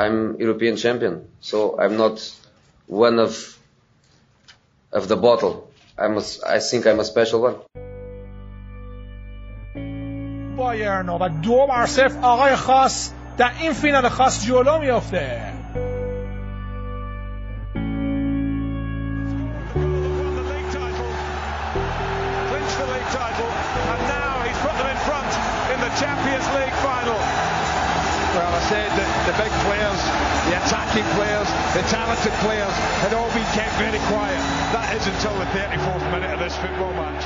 I'm European champion, so I'm not one of the bottle. I think I'm a special one. بایرن و 2-0 آقای خاص در این فینال خاص جلو میافته. Champions League final. Well, I said that the big players, the attacking players, the talented players had all been kept very quiet. That is until the 34th minute of this football match.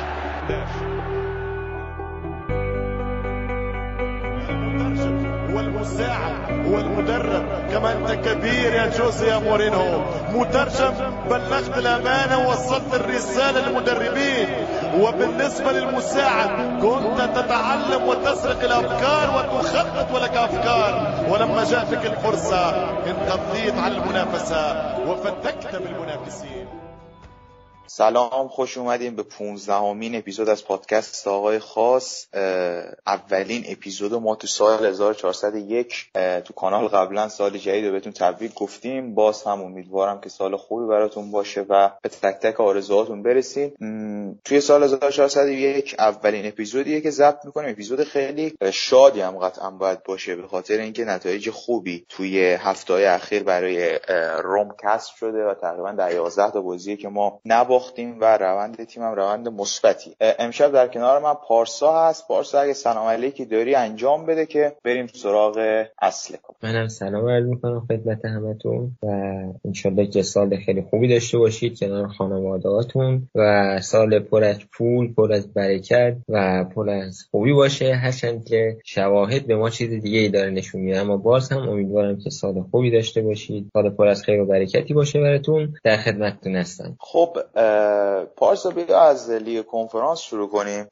والمساعد والمدرب كما انت كبير يا جوزي يا مورينو مترجم بلغت الامانه ووصلت الرساله للمدربين وبالنسبه للمساعد كنت تتعلم وتسرق الافكار وتخطط ولك افكار ولما جاءتك الفرصه انقضيت على المنافسه وفتكت بالمنافسين. سلام، خوش اومدین به 15مین اپیزود از پادکست آقای خاص. اولین اپیزود ما تو سال 1401 تو کانال. قبلا سال جدید رو بهتون تبریک گفتیم. باز هم امیدوارم که سال خوبی براتون باشه و به تک تک آرزوهاتون برسین. توی سال 1401 اولین اپیزودیه که ضبط میکنیم. اپیزود خیلی شادی هم قطعا باید باشه به خاطر اینکه نتایج خوبی توی هفته‌های اخیر برای روم کسب شده و تقریبا در 11 تا بازی که ما باختیم و روند تیمم روند مثبتی. امشب در کنار من پارسا هست. پارسا اگه سلام علیکی داری انجام بده که بریم سراغ اصل کار. منم سلام عرض میکنم خدمت همتون و انشالله که سال خیلی خوبی داشته باشید کنار خانواده‌هاتون و سال پر از پول، پر از برکت و پر از خوبی باشه. هرچند که شواهد به ما چیز دیگه ای داره نشون میده، اما باز هم امیدوارم که سال خوبی داشته باشید، سال پر از خیر و برکتی باشه براتون. در خدمتتون هستم. خب پارسا بیا از لیگ کنفرانس شروع کنیم.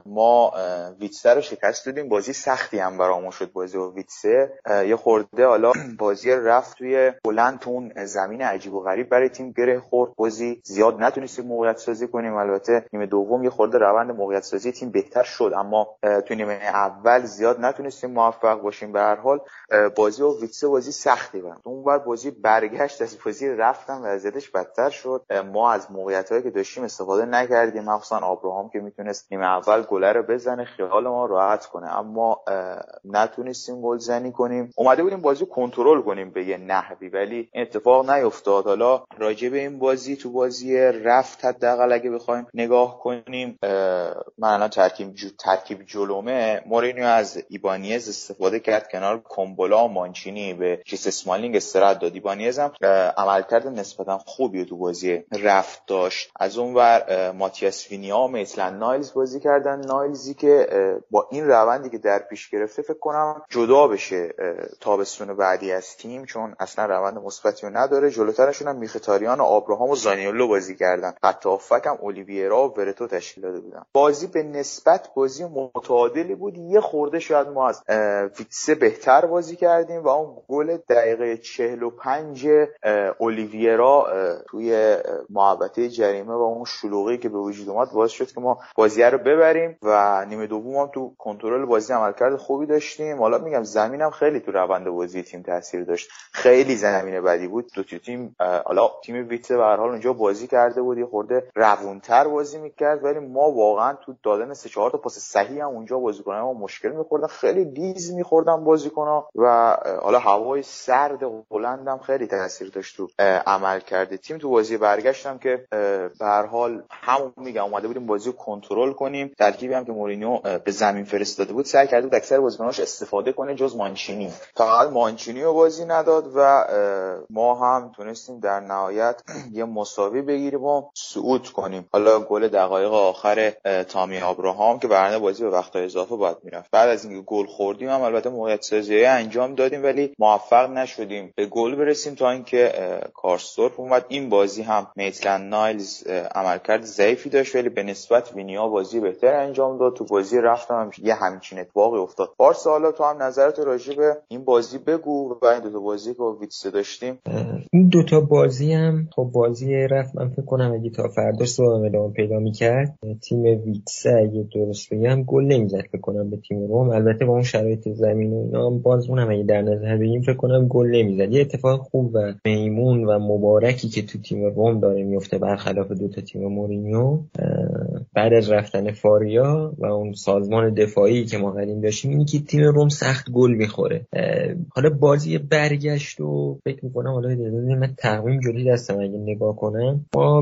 ما ویتسه رو شکست دادیم. بازی سختی هم برامون شد بازی با ویتسه. یه خورده حالا بازی رفت توی هلند تو اون زمین عجیب و غریب برای تیم گره خورد. بازی زیاد نتونستیم موقعیت سازی کنیم. البته نیمه دوم یه خورده روند موقعیت سازی تیم بهتر شد، اما تو نیمه اول زیاد نتونستیم موفق باشیم. به هر حال بازی با ویتسه بازی سختی بود. اون بعد بازی برگشت از بازی رفتن وضعیتش بدتر شد. ما از موقعیتایی که داشتیم استفاده نکردیم، مخصوصا آبراهام که میتونست نیمه اول گل رو بزنه خیال ما راحت کنه، اما نتونستیم گل زنی کنیم. اومده بودیم بازی کنترل کنیم به یه نحوی ولی اتفاق نیفتاد. حالا راجع به این بازی تو بازی رفت حداقل اگه بخوایم نگاه کنیم، من الان ترکیب جلومه مورینیو از ایبانیز استفاده کرد کنار کومبولا و مانچینی، به چیس اسمالینگ استراحت داد. ایبانیز هم عملکرد نسبتا خوبی تو بازی رفت داشت. از اون ور ماتیاس وینیا و میتلند نایلز بازی کردن. نایلزی که با این روندی که در پیش گرفته فکر کنم جدا بشه تابستون بعدی از تیم، چون اصلا روند مثبتی رو نداره. جلوترشون هم میخیتاریان و آبراهام و زانیولو بازی کردن. خط هافک هم اولیویرا و ورتو تشکیل داده بودن. بازی به نسبت بازی متعادلی بود. یه خورده شاید ما از ویتسه بهتر بازی کردیم و اون گل دقیقه 45 اولیویرا توی محوطه جریمه و اون شلوغی که به وجود اومد باعث شد که ما بازی رو ببریم و نیمه دوم هم تو کنترل بازی عملکرد خوبی داشتیم. حالا میگم زمینم خیلی تو روند بازی تیم تاثیر داشت. خیلی زمین بدی بود دو تیم. حالا تیم ویتسه به هر حال اونجا بازی کرده بود، یه خورده روونتر بازی میکرد، ولی ما واقعا تو دادن 3-4 تا پاس صحیح هم اونجا بازیکنان ما مشکل می‌خوردن. خیلی لیز می‌خوردن بازیکن‌ها و حالا هوای سرد هلند هم خیلی تاثیر داشت تو عملکرد تیم. تو بازی برگشتم که به هر حال همون میگم اومده بودیم بازی رو کنترل کنیم. ترکیبی هم که مورینیو به زمین فرستاده بود سعی کرده بود اکثر بازیکناش استفاده کنه جز مانچینی. فقط مانچینی رو بازی نداد و ما هم تونستیم در نهایت یه مساوی بگیریم و صعود کنیم. حالا گل دقایق آخر تامی آبراهام که برنده بازی به وقت اضافه باید میرفت. بعد از اینکه گل خوردیم هم البته موقعیت سازی انجام دادیم ولی موفق نشدیم به گل برسیم تا اینکه کارستورپ اومد. این بازی هم میتلند نایلز عملکرد ضعیفی داشت ولی به نسبت وینیا بازی بهتر انجام داد. تو بازی رفتم یه همچین اتفاقی افتاد. پارسا حالا تو هم نظرت راجع به این بازی بگو و این دو تا بازی که با ویتسه داشتیم. این دوتا بازی هم خب بازی رفت من فکر کنم اگه تا فردا صبح ادامه پیدا می‌کرد تیم ویتسه اگه درست بگم گل نمی‌زد فکر کنم به تیم روم. البته با اون شرایط زمین و اینا هم باز اونم اگه در نظر بگیریم فکر کنم گل نمی‌زد. یه اتفاق خوب و میمون و مبارکی که تو تیم روم داره میفته برخلاف دوتا تیم مورینیو بعد از رفتن فاریا و اون سازمان دفاعی که ما قدیم داشتیم اینی که تیم روم سخت گل می‌خوره. حالا بازی برگشت و فکر می‌کنم حالا من تقویم جلوی دستم اگه نگاه کنم ما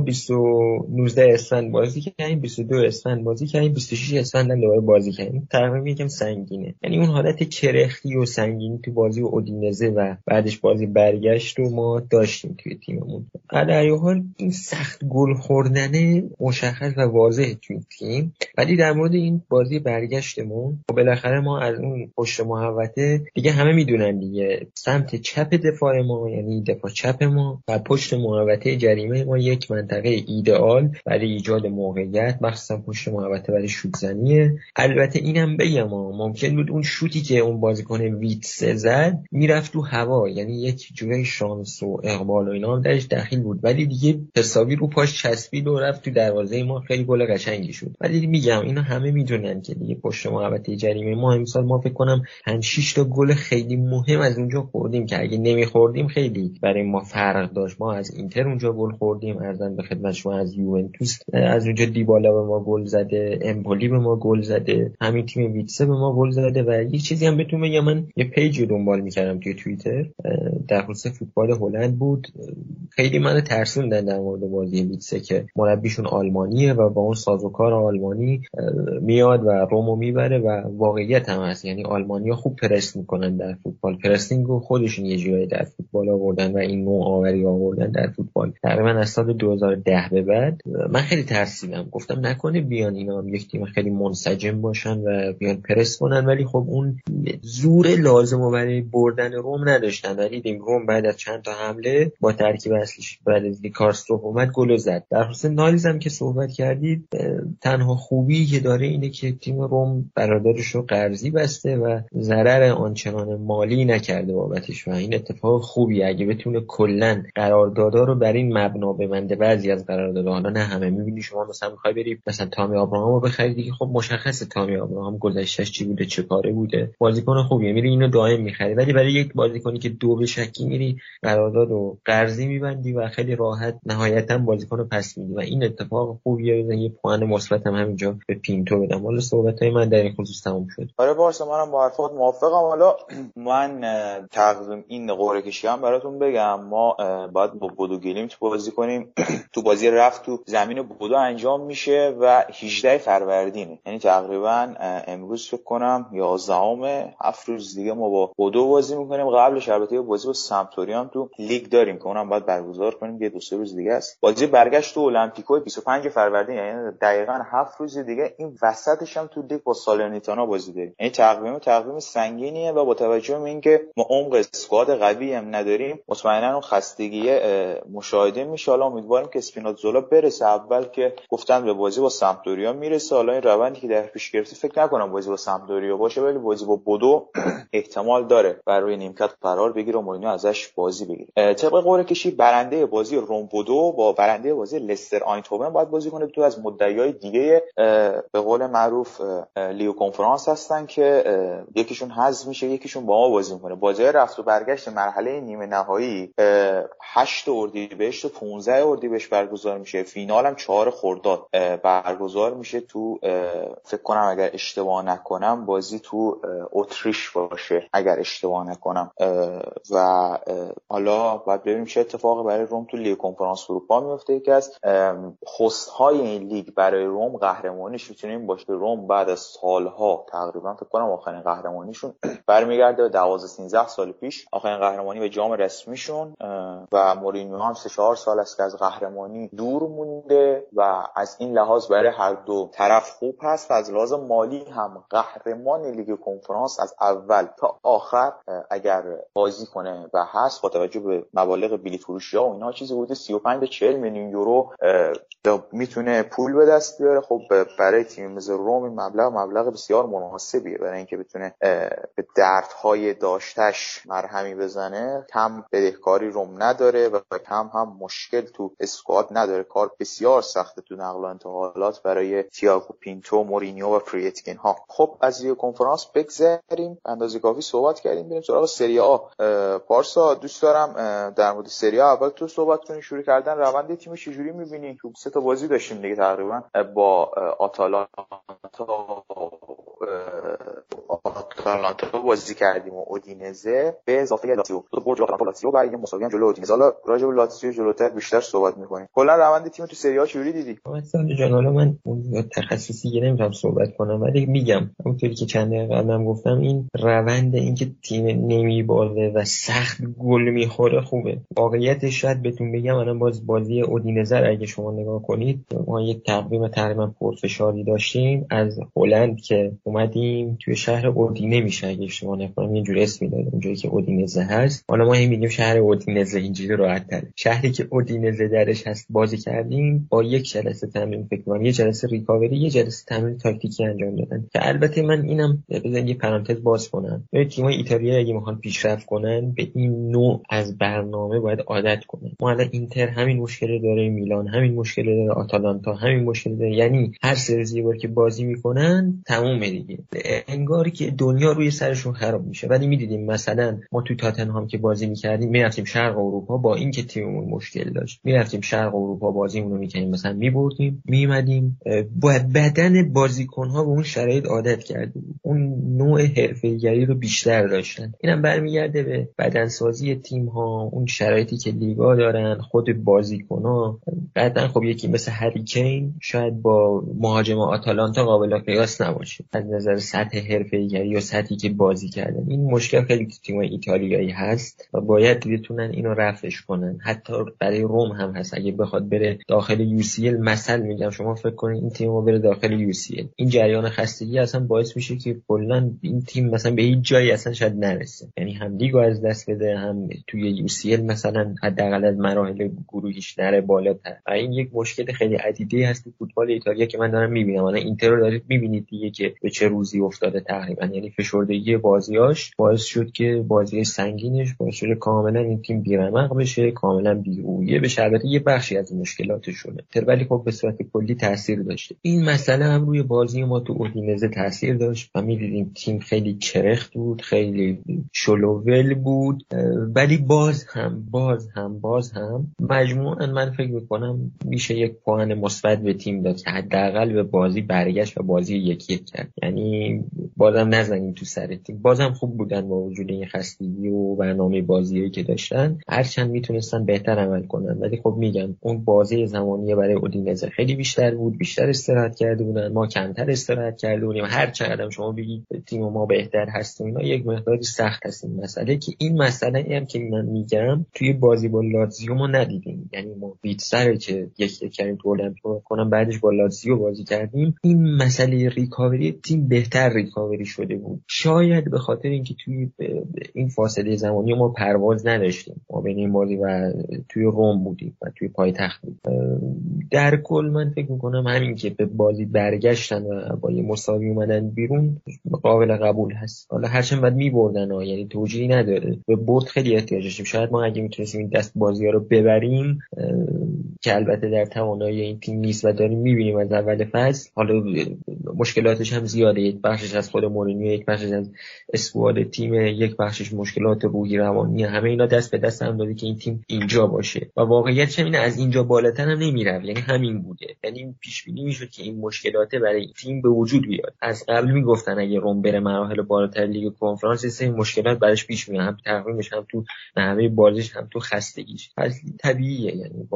19 اسفند بازی کردیم، 22 اسفند بازی کردیم، 26 اسفند هم دوباره بازی کردیم. تقویم یکم سنگینه، یعنی اون حالت کرختی و سنگینی تو بازی اودینزه و بعدش بازی برگشت رو ما داشتیم توی تیممون. در هر حال این سخت گل خوردن مشخص و واضحه توی تیم. ولی در مورد این بازی برگشتمون و بالاخره ما از اون پشت محوطه دیگه همه میدونن دیگه سمت چپ دفاع ما یعنی دفاع چپ ما و پشت محوطه جریمه ما یک منطقه ایدئال برای ایجاد موقعیت مخصوصا پشت محوطه برای شوت زنیه. البته اینم بگم ممکن بود اون شوتی که اون بازیکن ویتسه زد میرفت تو هوا، یعنی یک جوری شانس و اقبال و اینا هم درش داخل بود، ولی دیگه حسابی رو پاش چسبید و رفت تو دروازه ما. خیلی گل قشنگی شد. ولی میگم اینا همه میدونن که دیگه پشت محوطه جریمه ما امسال ما فکر کنم 5-6 تا گل خیلی مهم از اونجا خوردیم که اگه نمیخوردیم خیلی برای ما فرق داشت. ما از اینتر اونجا گل خوردیم، ارزن به خدمت شما از یوونتوس از اونجا دیبالا به ما گل زده، امپولی به ما گل زده، همین تیم ویتسه به ما گل زده. و یک چیزی هم بهتون بگم، من یه پیج رو دنبال می‌کردم توی توییتر در خصوص فوتبال هلند بود، خیلی منو ترسوندن در مورد بازی ویتسه که مربیشون آلمانیه و با اون سازوکار آلمانی میاد و رومو میبره و واقعیت هم هست. یعنی آلمانی‌ها خوب پرس میکنن در فوتبال، پرسینگو خودشون یه جوری در فوتبال آوردن و این نوع آوری آوردن در فوتبال تقریبا از سال 2010 به بعد. من خیلی ترسیدم، گفتم نکنه بیان اینا هم یک تیم خیلی منسجم باشن و بیان پرس کنن، ولی خب اون زور لازمو برای بردن روم نداشتن. ولی دیدیم روم بعد از چند تا حمله با ترکیب اصلیش بعد از دیکارستروف اومد گل زد. در خصوص نایلز هم که صحبت کردید، تنها خوبی که داره اینه که تیم روم قراردادش رو قرضی بسته و ضرر آنچنان مالی نکرده بابتش و این اتفاق خوبیه. اگه بتونه کلا قراردادا رو بر این مبنا ببنده، بعضی از قراردادها، حالا نه همه، میبینی شما مثلا میخوای بری مثلا تامی ابراهامو بخری دیگه، خب مشخصه تامی ابراهام گذشتهش چی بوده چه کاره بوده، بازیکن خوبیه میری اینو دائم میخری. ولی برای یک بازیکنی که دو به شکی میری قراردادو قرضی میبندی و خیلی راحت نهایتا بازیکنو پس میدی و این اتفاق خوبیه. یه پوان مثبت هم همینجا به پینتو بدم. حالا صحبتای من در این خصوص تموم شد. آره بارسا، منم با حرفات موافقم. حالا من تقویم این قرعه کشی هم براتون بگم. ما باید با بودو گلیمت بازی کنیم. تو بازی رفت تو زمین بودو انجام میشه و 18 فروردینه، یعنی تقریبا امروز فکر کنم 11 7 روز دیگه ما با بودو بازی میکنیم. قبلش البته بازی با سمپدوریا هم تو لیگ داریم که اونم باید برگزار کنیم، یه 2-3 روز دیگه است. بازی برگشت تو المپیکو 25 فروردین، یعنی دقیقاً 7 روز دیگه. این وسطش هم تو لیگ با سالرنیتانا بازی داریم. یعنی تقویم سنگینیه و با توجه به اینکه ما عمق اسکواد قوی هم نداریم، مطمئنا اون خستگی مشاهده میشه. حالا امیدواریم که اسپیناتزولا برسه. اول که گفتن به بازی با سمپدوریا میرسه، حالا این روندی که در پیش گرفته فکر نکنم بازی با سمپدوریا باشه، ولی بازی با بودو احتمال داره بر روی نیمکت قرار بگیره و مورینیو ازش بازی بگیره. طبق قرعه کشی برنده بازی روم بودو با برنده بازی لستر آینتوون باید بازی کنه. تو از مدعیای دیگه به قول معروف لیو کنفرانس هستن که یکیشون حذف میشه، یکیشون با ما بازی میکنه. بازی رفت و برگشت مرحله نیمه نهایی 8 اردیبهشت و 15 اردیبهشت برگزار میشه. فینال هم 4 خرداد برگزار میشه تو فکر کنم اگر اشتباه نکنم بازی تو اتریش باشه اگر اشتباه نکنم. و حالا باید ببینیم چه اتفاقی برای روم تو لیگ کنفرانس اروپا میفته. یکی از خست‌های این لیگ برای روم قهرمانیش میتونیم باشه. روم بعد از سالها تقریبا فکر کنم آخرین قهرمانیشون برمیگرده به 12-13 سال پیش، آخرین قهرمانی به جام رسمیشون. و مورینیو هم 3-4 سال است که از قهرمانی دور مونده و از این لحاظ برای هر دو طرف خوب هست و از لحاظ مالی هم قهرمان لیگ کنفرانس از اول تا آخر اگر بازی کنه و هست با توجه به مبالغ بلیط فروشی فروشی‌ها و اینا چیزی حدود 35 تا 40 میلیون یورو میتونه پول به دست بیاره. خب برای تیم مثل روم این مبلغ بسیار مناسبیه برای اینکه بتونه به دردهای داشتش مرهمی بزنه. کم بدهکاری روم نداره و کم هم مشکل تو اسکواد نداره. کار بسیار سخته تو نقل و انتقالات برای تییاگو پینتو، مورینیو و فریتکین ها. خب از لیگ کنفرانس بگذریم، اندازه کافی صحبت کردیم، بریم سراغ سری آ. پارسا دوست دارم در مورد سری آ اول تو صحبت کنی. شروع کردن روند تیم چجوری می‌بینی؟ تو 3 تا بازی داشتیم دیگه تقریبا با آتالانتا بازی کردیم و اودینزه به اضافه لاتزیو. تو برد لاتزیو و یه مساوی هم جلو اودینزه. حالا راجع به لاتزیو جلوتر بیشتر صحبت می‌کنیم. کلا روند تیم تو سری آ چجوری دیدی؟ مثلا جان حالا من تخصصی نمی‌تونم صحبت کنم ولی میگم همونطوری که چند دقیقه قبلم گفتم این روند اینکه تیم نمیبازه و سخت گل میخوره خوبه. واقعیتش شاید بهتون بگم الان بازی اودینزه اگه شما نگاه کنید ما یک تقریبا پرفشاری داشتیم از هلند که اومدیم توی شهر اودینه میشه اگه اشتباه نکنم یه جور اسمی داره اونجایی که اودینزه هست. حالا ما میگیم شهر اودینزه اینجوری راحت تره. شهری که اودینزه درش هست بازی کردیم با یک جلسه تمرین فکر کنم یه جلسه ریکاوری یه جلسه تمرین تاکتیکی انجام دادن که البته من اینم بزنید یه پرانتز باز کنم. تیم‌های ایتالیا اگه میخوان پیشرفت کنن به این نوع از برنامه باید عادت کنن. ما الان اینتر همین مشکل داره، میلان همین مشکل داره، آتالانتا همین مشکل داره. یعنی هر سری بار که بازی میکنن تمومه دیگه. انگاری که دنیا روی سرشون خراب میشه. ولی میدیدیم مثلا ما تو تاتنهام که بازی میکردیم میرفتیم شرق اروپا با اینکه تیممون مشکل داشت میرفتیم شرق اروپا بازیمون رو میکردیم مثلا میبردیم میمدیم با بدن بازیکن‌ها به اون شرایط عادت کرده بود. اون نوع حرفه‌ایگری رو بیشتر داشتن. اینم برمیگرده به بدنسازی تیم‌ها، اون شرایطی که لیگا دارن، خود بازیکن‌ها. بعدن خب یکی مثل هری کین شاید با مهاجم آتالانتا قابل قیاس نباشه از نظر سطح حرفه‌ایگری یا سطحی که بازی کردن. این مشکل خیلی تو تیم‌های ایتالیایی هست و باید بتونن اینو رفعش کنن. حتی برای روم هم هست. اگه بخواد بره داخل UCL مثلا میگم شما فکر کنید این تیم رو بره داخل UCL این جریان خستگی اصلا باعث میشه که کلا این تیم مثلا به هیچ جایی اصلا شاید نرسه. یعنی هم لیگو از دست بده هم توی UCL مثلا حداقل از مراحل گروهیش نره بالاتر. این یک مشکل خیلی عدیده هست تو فوتبال ایتالیا که من دارم میبینم. الان اینتر رو دارید میبینید دیگه که به چه روزی افتاده تقریبا. یعنی فشردگی بازیاش باعث شد که بازی سنگینش باعث شد کاملا این تیم بی‌رمق بشه، کاملا بی‌روحیه بشه. البته یه بخشی از مشکلاتش شده ولی خب به صورت کلی تاثیر داشته. این مسئله هم روی بازی ما تو اودینزه تاثیر داشت و می‌دیدیم تیم خیلی چرخت بود، خیلی شلوول بود ولی باز هم مجموعاً من فکر می‌کنم میشه یک پوان مثبت به تیم داد که حداقل به بازی برگشت و بازی یکی کرد. یعنی بازم نزنیم تو سر تیم. بازم خوب بودن با وجود این خستگی و برنامه بازیایی که داشتن. هرچند میتونستن بهتر عمل کنن ولی خب میگم اون بازی زمانی برای اودینزه خیلی بیشتر بود، بیشتر استراحت کرده بودن، ما کمتر استراحت کرده بودیم. هر چقدر شما بگید تیم ما بهتر هست اینا یک مقداری سخت هست این مسئله. که این مسئله هم که من میگم توی بازی با لاتزیو ما ندیدیم. یعنی ما ویتسر که یک کردیم تو المپیکو کنم بعدش با لاتزیو بازی کردیم این مسئله ریکاوری تیم بهتر ریکاوری شده بود. شاید به خاطر اینکه توی این فاصله زمانی ما پرواز نداشتیم، ما بین این بازی و توی روم بودیم و توی پایتخت بودیم. در کل من فکر میکنم همین که به بازی برگشتن و با یه مساوی اومدن بیرون قابل قبول هست. حالا هرچند بعد میبردن یعنی توجیهی نداره. به برد خیلی احتیاج داشتیم. شاید ما اگه میتونستیم این دست بازی‌ها رو ببریم که البته در توانایی این تیم نیست و داریم میبینیم از اول فصل. حالا مشکلاتش هم زیاده، یک بخشش از خود مورینیو، یک بخشش از اسکواد تیم، یک بخشش مشکلات روحی روانی، همه اینا دست به دست هم داده که این تیم اینجا باشه و واقعیتش اینه از اینجا بالاتر هم نمیره. یعنی همین بوده. یعنی پیش بینی میشد که این مشکلات برای تیم به وجود بیاد. از قبل میگفتن اگه روم بره مراحل بالاتر لیگ کنفرانس این مشکلات براش پیش میاد، هم تقویمش، هم تو نحوه بازیش، هم تو خستگیش. طبیعیه. یعنی با همه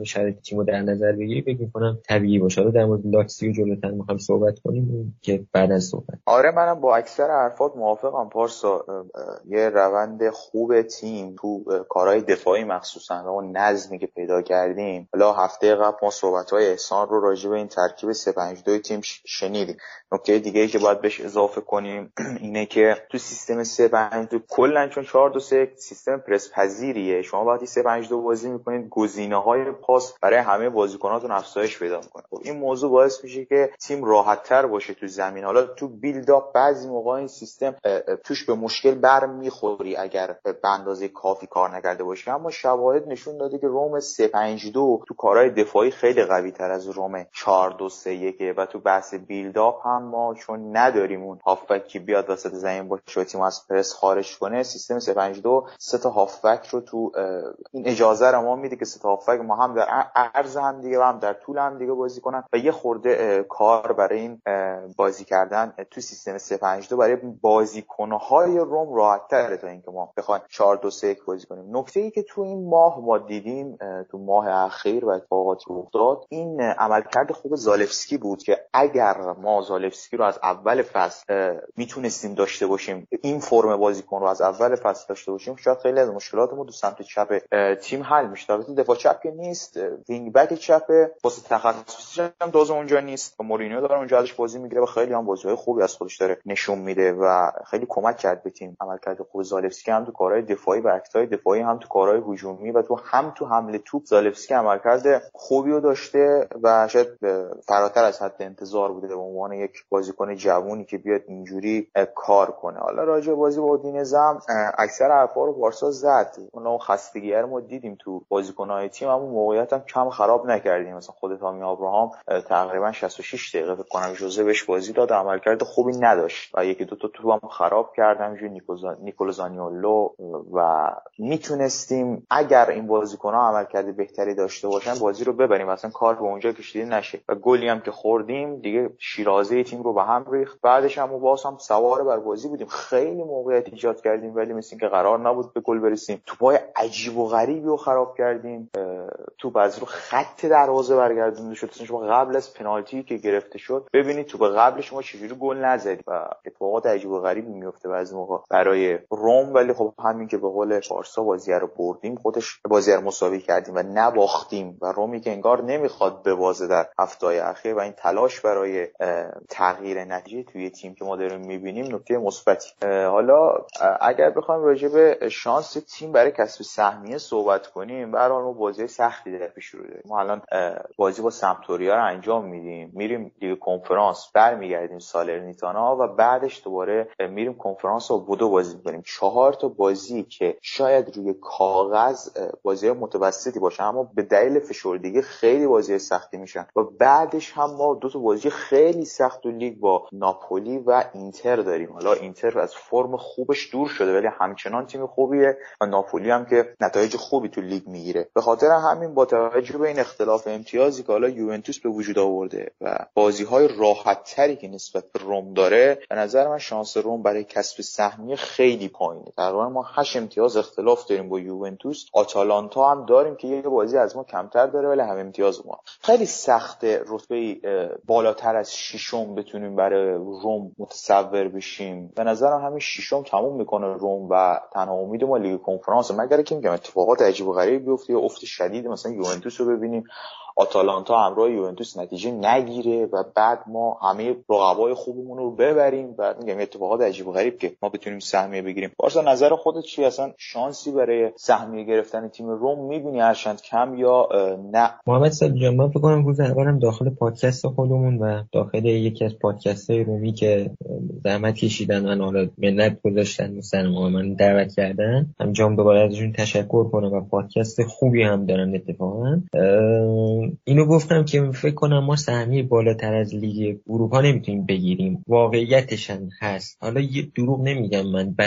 همه شرایط تیمو در نظر بگیری فکر می‌کنم طبیعی باشه. در مورد لاتزیو جلوتر می‌خوام صحبت کنیم که بعد از صحبت. آره منم با اکثر حرفات موافقم پارسا. یه روند خوب تیم تو کارهای دفاعی مخصوصا و نظمی که پیدا کردیم. حالا هفته قبل ما صحبت‌های احسان رو راجع به این ترکیب 3-5-2 تیم شنیدیم. نکته دیگه‌ای که باید بهش اضافه کنیم اینه که تو سیستم 3-5-2 کلا چون 4-2-3 سیستم پرس پذیریه، شما وقتی 3-5-2 بازی می‌کنید گزینه‌های پاس برای همه بازیکناتون افزایش پیدا می‌کنه. خب این موضوع باعث میشه که تیم راحت‌تر باشه تو زمین. حالا تو بیلداپ بعضی موقع این سیستم توش به مشکل برمیخوری اگر به اندازه کافی کار نکرده باشه، اما شواهد نشون داده که روم 3-5-2 تو کارهای دفاعی خیلی قوی‌تر از روم 4-2-3-1 و تو بحث بیلداپ هم ما چون نداریم اون هافبک که بیاد وسط زمین باشه و تیم از پرس خارج کنه، سیستم 3-5-2 سه تا هافبک رو تو این اجازه رو ما میده که سه تا هافبک ما هم در عرض هم دیگه و هم در طول هم دیگه بازی کنن و یه خورده کار برای این بازی کردن تو سیستم 3-5-2 برای بازیکن‌های روم راحت‌تره تا اینکه ما بخوایم 4-2-3-1 بازی کنیم. نکته‌ای که تو این ماه ما دیدیم تو ماه اخیر و اتفاقاتی افتاد این عملکرد خوب زالفسکی بود که اگر ما زالفسکی رو از اول فصل میتونستیم داشته باشیم، این فرم بازیکن رو از اول فصل داشته باشیم، شاید خیلی از مشکلاتمون تو سمت چپ تیم حل می‌شد. البته دفاع چپ که نیست، وینگ بک چپ واسه تخصصش هم دازه اونجا نیست و مورینیو داره اونجا ازش بازی میگیره و خیلی هم بازی‌های خوبی از خودش داره نشون میده و خیلی کمک کرد به تیم. عملکرد خوب زالفسکی هم تو کارهای دفاعی و اکتای دفاعی هم تو کارهای هجومی و تو حمله توپ زالفسکی عملکرد خوبی رو داشته و شاید فراتر از حد انتظار بوده به عنوان یک بازیکن جوونی که بیاد اینجوری کار کنه. حالا راجع به بازی با اودینزه هم اکثر حرفا رو بارسا زد. اون خستگی رو ما دیدیم تو بازیکن‌های تیم، اما موقعیت هم کم خراب نکردیم. مثلا خود تامی ابراهام تقریبا 66 دقیقه فکر کنم ژوزه بهش بازی داد، عملکرد خوبی نداشت و یکی دو تا توپ هم خراب کرد، همینجوری نیکولو زانیولو و میتونستیم اگر این بازیکن‌ها عملکرد بهتری داشته باشن بازی رو ببریم، اصلا کار به اونجا کشیده نشه و گلی هم که خوردیم دیگه شیرازه تیم رو به هم ریخت. بعدش هم باز هم سوار بر بازی بودیم، خیلی موقعیت ایجاد کردیم ولی مثل اینکه قرار نبود به گل برسیم. توپای عجیب و غریبی رو خراب کردیم، توپ از رو خط دروازه برگردونده شد. شما قبل از پنالتی که گرفته شد ببینید توپ قبلش شما چجوری گل نزدید و اتفاقات عجیب و غریبی میفته بعضی موقع برای روم. ولی خب همین که به قول بارسا بازی رو بردیم، خودش بازی رو مساوی کردیم و نباختیم و رومی که انگار نمیخواد ببازه در هفته‌های اخیر و این تلاش برای تغییر نتیجه توی تیم که ما داریم میبینیم نکته مثبتی. حالا اگر بخوایم راجع به شانس تیم برای کسب سهمیه صحبت کنیم، به هر حال ما بازی سختی در پیش رو داریم. ما الان بازی با سمپدوریا رو انجام میدیم، میریم لیگ کنفرانس، برمیگردیم سالرنیتانا و بعدش دوباره میریم کنفرانس و بودو بازی می‌کنیم. 4 تا بازی که شاید روی کاغذ بازی متوسطی باشه اما به دلیل فشردگی خیلی بازی سختی میشن و بعدش هم ما 2 تا بازی خیلی سخت تو لیگ با ناپولی و اینتر داریم. حالا اینتر از فرم خوبش دور شده ولی همچنان تیم خوبیه و ناپولی هم که نتایج خوبی تو لیگ میگیره. به خاطر همین با توجه به این اختلاف امتیازی که حالا یوونتوس به وجود آورده و بازی‌های راحت‌تری که نسبت به روم داره، به نظر من شانس روم برای کسب سهمیه خیلی پایینه. تقریبا ما 8 امتیاز اختلاف داریم با یوونتوس. آتالانتا هم داریم که یه بازی از ما کمتر داره ولی هم امتیاز ما. خیلی سخته رتبه بالاتر از 6 بتونیم برای روم متصور بشیم. به نظرم همین 6 تموم میکنه روم و تنها امید ما لیگ کنفرانس، مگر که میگم اتفاقات عجیب و غریبی بیفته، افت شدید مثلا یوونتوس رو ببینیم آتالانتا همراه یوونتوس نتیجه نگیره و بعد ما همه رقبای خوبمون رو ببریم و میگم اتفاقات عجیب و غریب که ما بتونیم سهمیه بگیریم. بارسا نظر خودت چیه؟ اصلا شانسی برای سهمیه گرفتن تیم روم میبینی هرچند کم یا نه؟ محمد صادقی جان، من فکر کنم روز اولم داخل پادکست خودمون و داخل یکی از پادکست‌های رومی که زحمت کشیدن و حالا منت گذاشتن مثلا من دعوت کردن، همینجام دوباره ازشون تشکر کنم و پادکست خوبی هم دارن اتفاقا. اینو گفتم که فکر کنم ما سهمیه بالاتر از لیگ اروپا نمیتونیم بگیریم. واقعیتش هم هست. حالا یه دروغ نمیگم،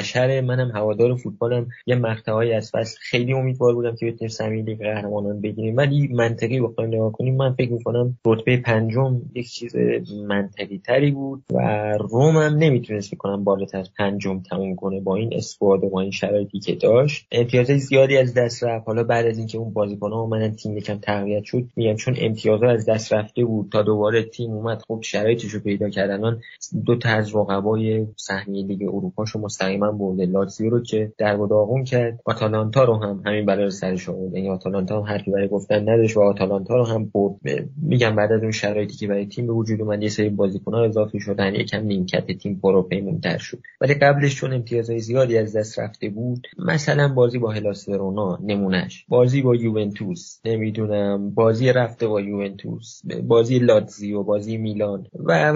منم هوادار فوتبالم. یه مقطعی از فصل خیلی امیدوار بودم که بتونیم سهمیه لیگ قهرمانان بگیریم، ولی منطقی بخوایم نگاه کنیم من فکر می‌کنم رتبه پنجم یک چیز منطقی تری بود و روم هم نمیتونست بکنم بالاتر از پنجم تموم کنه با این اسکواد و با این شرایطی که داشت. امتیازهای زیادی از دست رفت. حالا بعد از اینکه اون بازیکن‌ها اومدن تیم یکم تقویت شد، میگم چون امتیازها از دست رفته بود تا دوباره تیم اومد خب شرایطش رو پیدا کردن. دو تا از رقبای سهمیه لیگ اروپا شو مستقیما برده، لاتزیو رو که در و داغون کرد، آتالانتا رو هم همین بلا سرش آورد. یعنی آتالانتا هم حرفی برای گفتن نداشت و آتالانتا رو هم برد. میگم بعد از اون شرایطی که برای تیم به وجود اومد یه سری بازیکن‌ها اضافه شدن، یکم نیمکت تیم پروپیمون‌تر شد. ولی قبلش چون امتیازهای زیادی از دست رفته بود، مثلا بازی با هلاس ورونا نمونهش، بازی با یوونتوس، نمیدونم بازی رفته با یوونتوس، بازی لاتزیو، بازی میلان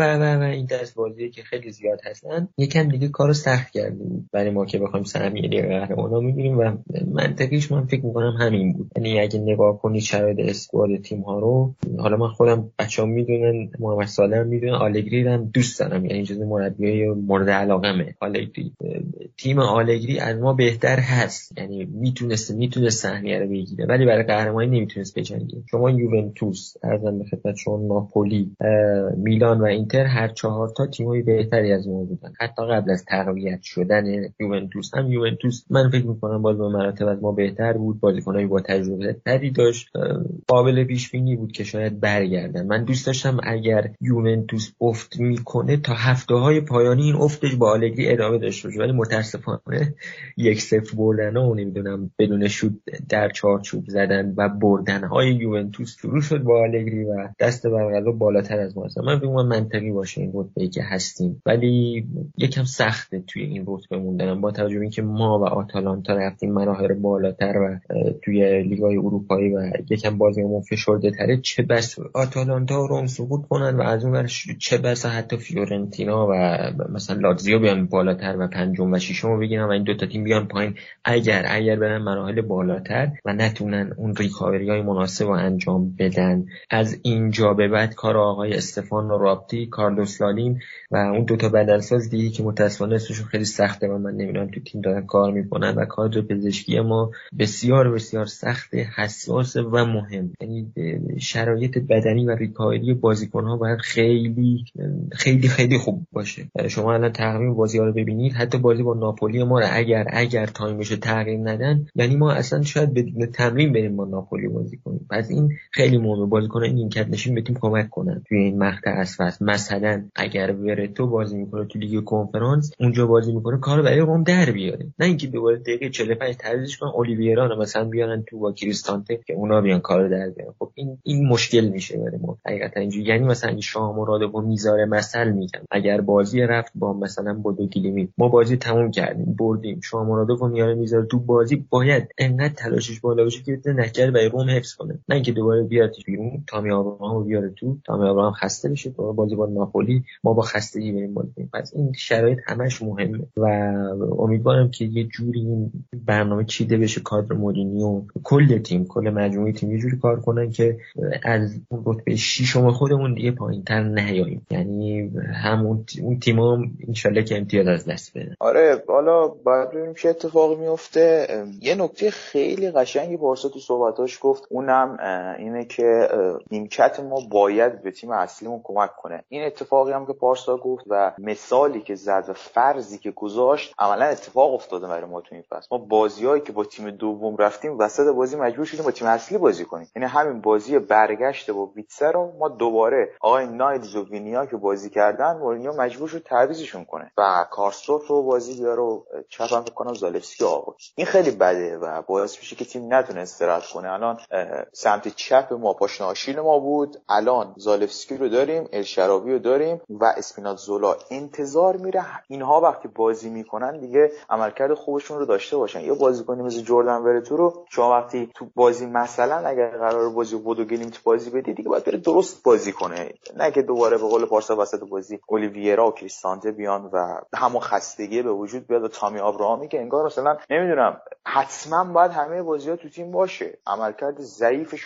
و این دست بازی که خیلی زیاد هستن، یکم دیگه کارو سخت کرده بود برای ما که بخوایم سهمیه لیگ قهرمانان میگیریم و منطقیش من فکر می‌کنم همین بود. یعنی اگه نگاه کنی شرایط اسکواد تیم ها رو، حالا من خودم بچه‌ها میدونن، محمد صالح میدونن، آلگری رو هم دوست دارم، یعنی جزو مربیای مورد علاقمه آلگری. تیم آلگری از ما بهتر هست، یعنی میتونه سهمیه رو بگیره ولی برای قهرمانی نمیتونست بجنگه. شما یوونتوس، ارزم به خدمت شما ناپولی، میلان و اینتر هر چهار تا تیمای بهتری از ما بودن حتی قبل از تقویت شدن یوونتوس. هم یوونتوس من فکر می‌کنم باز به مراتب از ما بهتر بود، بازیکنای با تجربه تری داشت، قابل پیش بینی بود که شاید برگردن. من دوست داشتم اگر یوونتوس افت میکنه تا هفته‌های پایانی این افتش با آلگری ادامه داشته باشه، ولی متاسفانه 1-0 بردن و نمیدونم بدون شوت در چارچوب زدن و بردن‌های یوونتوس شروع شد با آلگری و دست برقضا بالاتر از ما هست. من فکر می‌کنم منطقی باشه این رتبه‌ای که هستیم، ولی یکم سخته توی این رتبه موندن با توجه به اینکه ما و آتالانتا رفتیم مراحل بالاتر و توی لیگ‌های اروپایی و یکم بازیمون فشرده‌تره. چه بس آتالانتا و روم سقوط کنن و از اون ور چه بس حتی فیورنتینا و مثلا لاتزیو بیان بالاتر و پنجم و ششم رو بگیرن و این دو تا تیم بیان پایین. اگر برن مراحل بالاتر و نتونن اون ریکاوری‌های مناسب رو انجام بدن، از اینجا به بعد کار آقای استفانو رابتی، کارلوس لالین و اون دو تا بدنساز دیگه که متأسفانه اسمشون خیلی سخته و من نمیدونم تو تیم دارن کار میکنن و کادر پزشکی ما بسیار بسیار سخت، حساس و مهم. یعنی شرایط بدنی و ریکاوری بازیکن‌ها باید خیلی خیلی خیلی خوب باشه. شما الان تقویم بازی‌ها رو ببینید، حتی بازی با ناپولی ما رو اگر تایم بشه تغییر ندن، یعنی ما اصلا شاید بدون تمرین بریم با ناپولی بازی کنیم. پس این خیلی مهمه، بازیکن‌ها این نیمکت نشین به تیم کمک کنن توی این مقطع از فصل. مثلا اگر ورتو بازی میکنه تو لیگ کنفرانس، اونجا بازی میکنه، کارو برای روم در بیاره، نه اینکه دوباره دقیقه 45 تعویضش کنن اولیویرا رو مثلا بیارن تو با کریستانته که اونا بیان کارو در بیارن. خب این مشکل میشه برای ما حقیقتا اینجوری. یعنی مثلا این شاه مرادو میذاره مثلا میگم اگر بازی رفت با مثلا بودو گلیمی، ما بازی تموم کردیم بردیم، شاه مرادو میذاره تو بازی، باید انقدر تلاشش بالا باشه که بتونه نتیجه برای روم حفظ کنه، نه اینکه دوباره بیارتش بیرون، تامی آبراهامو بیاره تو، تامی آبراهام خسته بشه تو بازی با ناپولی، ما با خستگی بریم بازی کنیم. پس این شرایط همش مهمه و امیدوارم که یه جوری این برنامه چیده بشه، کادر مورینیو، کل تیم، کل مجموعه تیم یه جوری کار کنن که از اون رتبه 6 خودمون دیگه پایین‌تر نیاییم. یعنی همون اون تیم‌ها ان شاءالله که امتیاز از دست بدن. آره، حالا باید ببینیم چه اتفاقی میفته. یه نکته خیلی قشنگی بارسا تو صحبتاش گفت، اونم اینه که نیمکت ما باید به تیم اصلیمون کمک کنه. این اتفاقی هم که بارسا گفت و مثالی که زد و فرضی که گذاشت عملا اتفاق افتاده برای ما تو این فصل. ما بازیایی که با تیم دوم رفتیم وسط بازی مجبور شدیم با تیم اصلی بازی کنیم. یعنی همین بازی برگشت با ویتسر رو ما دوباره آقای نایلز و وینیا که بازی کردن، مورینیو مجبور شد تعویضشون کنه و کارستروف رو بازی بیاره و چپم بکنه زالفسکی آورد. این خیلی بده و باعث میشه که تیم نتونه استراحت کنه. الان سمت چپ ما پاشناشیل ما بود، الان زالفسکی رو داریم، الشراوی رو داریم و اسپیناتزولا. انتظار میره اینها وقتی بازی میکنن دیگه عملکرد خوبشون رو داشته باشن. یا بازیکنی مثل جردن ورتو رو شما وقتی تو بازی مثلا اگر قرار بازی بودو گلیمت بازی بدی دیگه باید بره درست بازی کنه، نه که دوباره به قول پارسا وسط بازی اولیویرا و کریستانته بیان و همون خستگی به وجود بیاد و تامی آبراهامی که انگار مثلا نمیدونم حتما باید همه بازی‌ها تو تیم باشه. عملکرد ضعیف شاه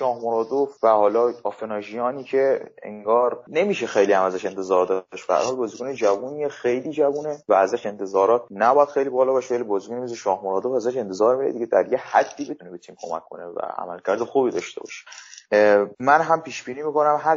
شامورادوف و حالا آفناژیانی که انگار نمیشه خیلی هم ازش انتظار داشت. به هر حال بازیکن جوونیه، خیلی جوونه و ازش انتظارات نباید خیلی بالا باشه، ولی بازیکن مثل شامورادوف ازش انتظار میره دیگه در یه حدی بتونه به تیم کمک کنه و عملکرد خوبی داشته باشه. من هم پیش بینی میکنم هر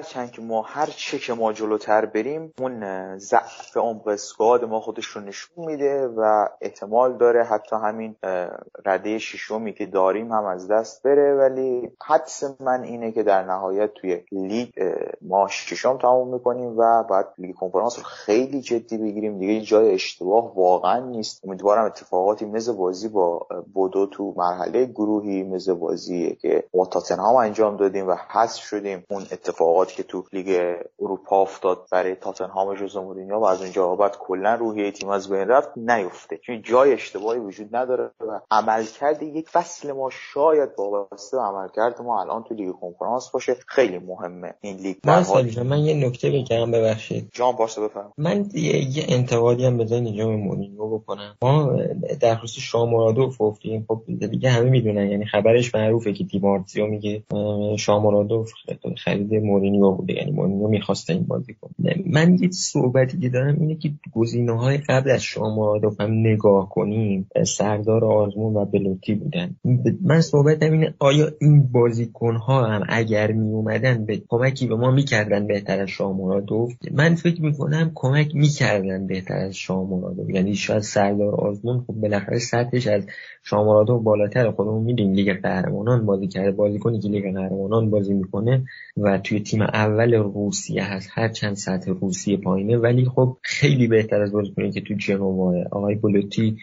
چه که ما جلوتر بریم اون ضعف عمق اسکواد ما خودش رو نشون میده و احتمال داره حتی همین رده ششمی که داریم هم از دست بره، ولی حدس من اینه که در نهایت توی لیگ ما ششم تموم میکنیم و بعد لیگ کنفرانس رو خیلی جدی بگیریم دیگه. جای اشتباه واقعا نیست. امیدوارم اتفاقاتی مثل بازی با بودو تو مرحله گروهی، مثل بازی که با تاتنهام انجام دادیم و حذف شدیم، اون اتفاقاتی که تو لیگ اروپا افتاد برای تاتنهام ژوزه مورینیو و از اونجا بعد کلا روحیه تیم از بین رفت نیفته، چون جای اشتباهی وجود نداره و عملکرد یک فصل ما شاید وابسته به عملکرد ما الان تو لیگ کنفرانس باشه. خیلی مهمه این لیگ. من یه نکته بگم، ببخشید جان پارسا بفرمایید. من یه انتقادی هم بزنید اینجا به مورینیو بکنم. ما در خصوص شامورادوف گفتیم، خب دیگه همه میدونن، یعنی خبرش معروفه که دیمارتیو میگه شامورادوف خرید مورینیو بوده، یعنی مورینیو می‌خواسته این بازیکن. من یه صحبتی که دارم اینه که گزینه‌های قبل از شامورادوف هم نگاه کنیم، سردار آزمون و بلوتی بودن. من صحبتم اینه آیا این بازیکن‌ها هم اگر می اومدن به کمکی به ما می‌کردن بهتر از شامورادوف؟ من فکر می‌کنم کمک می‌کردن بهتر از شامورادوف. یعنی شاید سردار آزمون خب بالاخره سطحش از شامورادوف بالاتر. خودمون می‌دونیم لیگ قهرمانان بازی کرده، بازیکنی که لیگ قهرمانان بازی می‌کنه و توی تیم اول روسیه هست، هر چند سطح روسیه پایینه، ولی خب خیلی بهتر از بازیکنی که تو جنوا. آقای بلوتی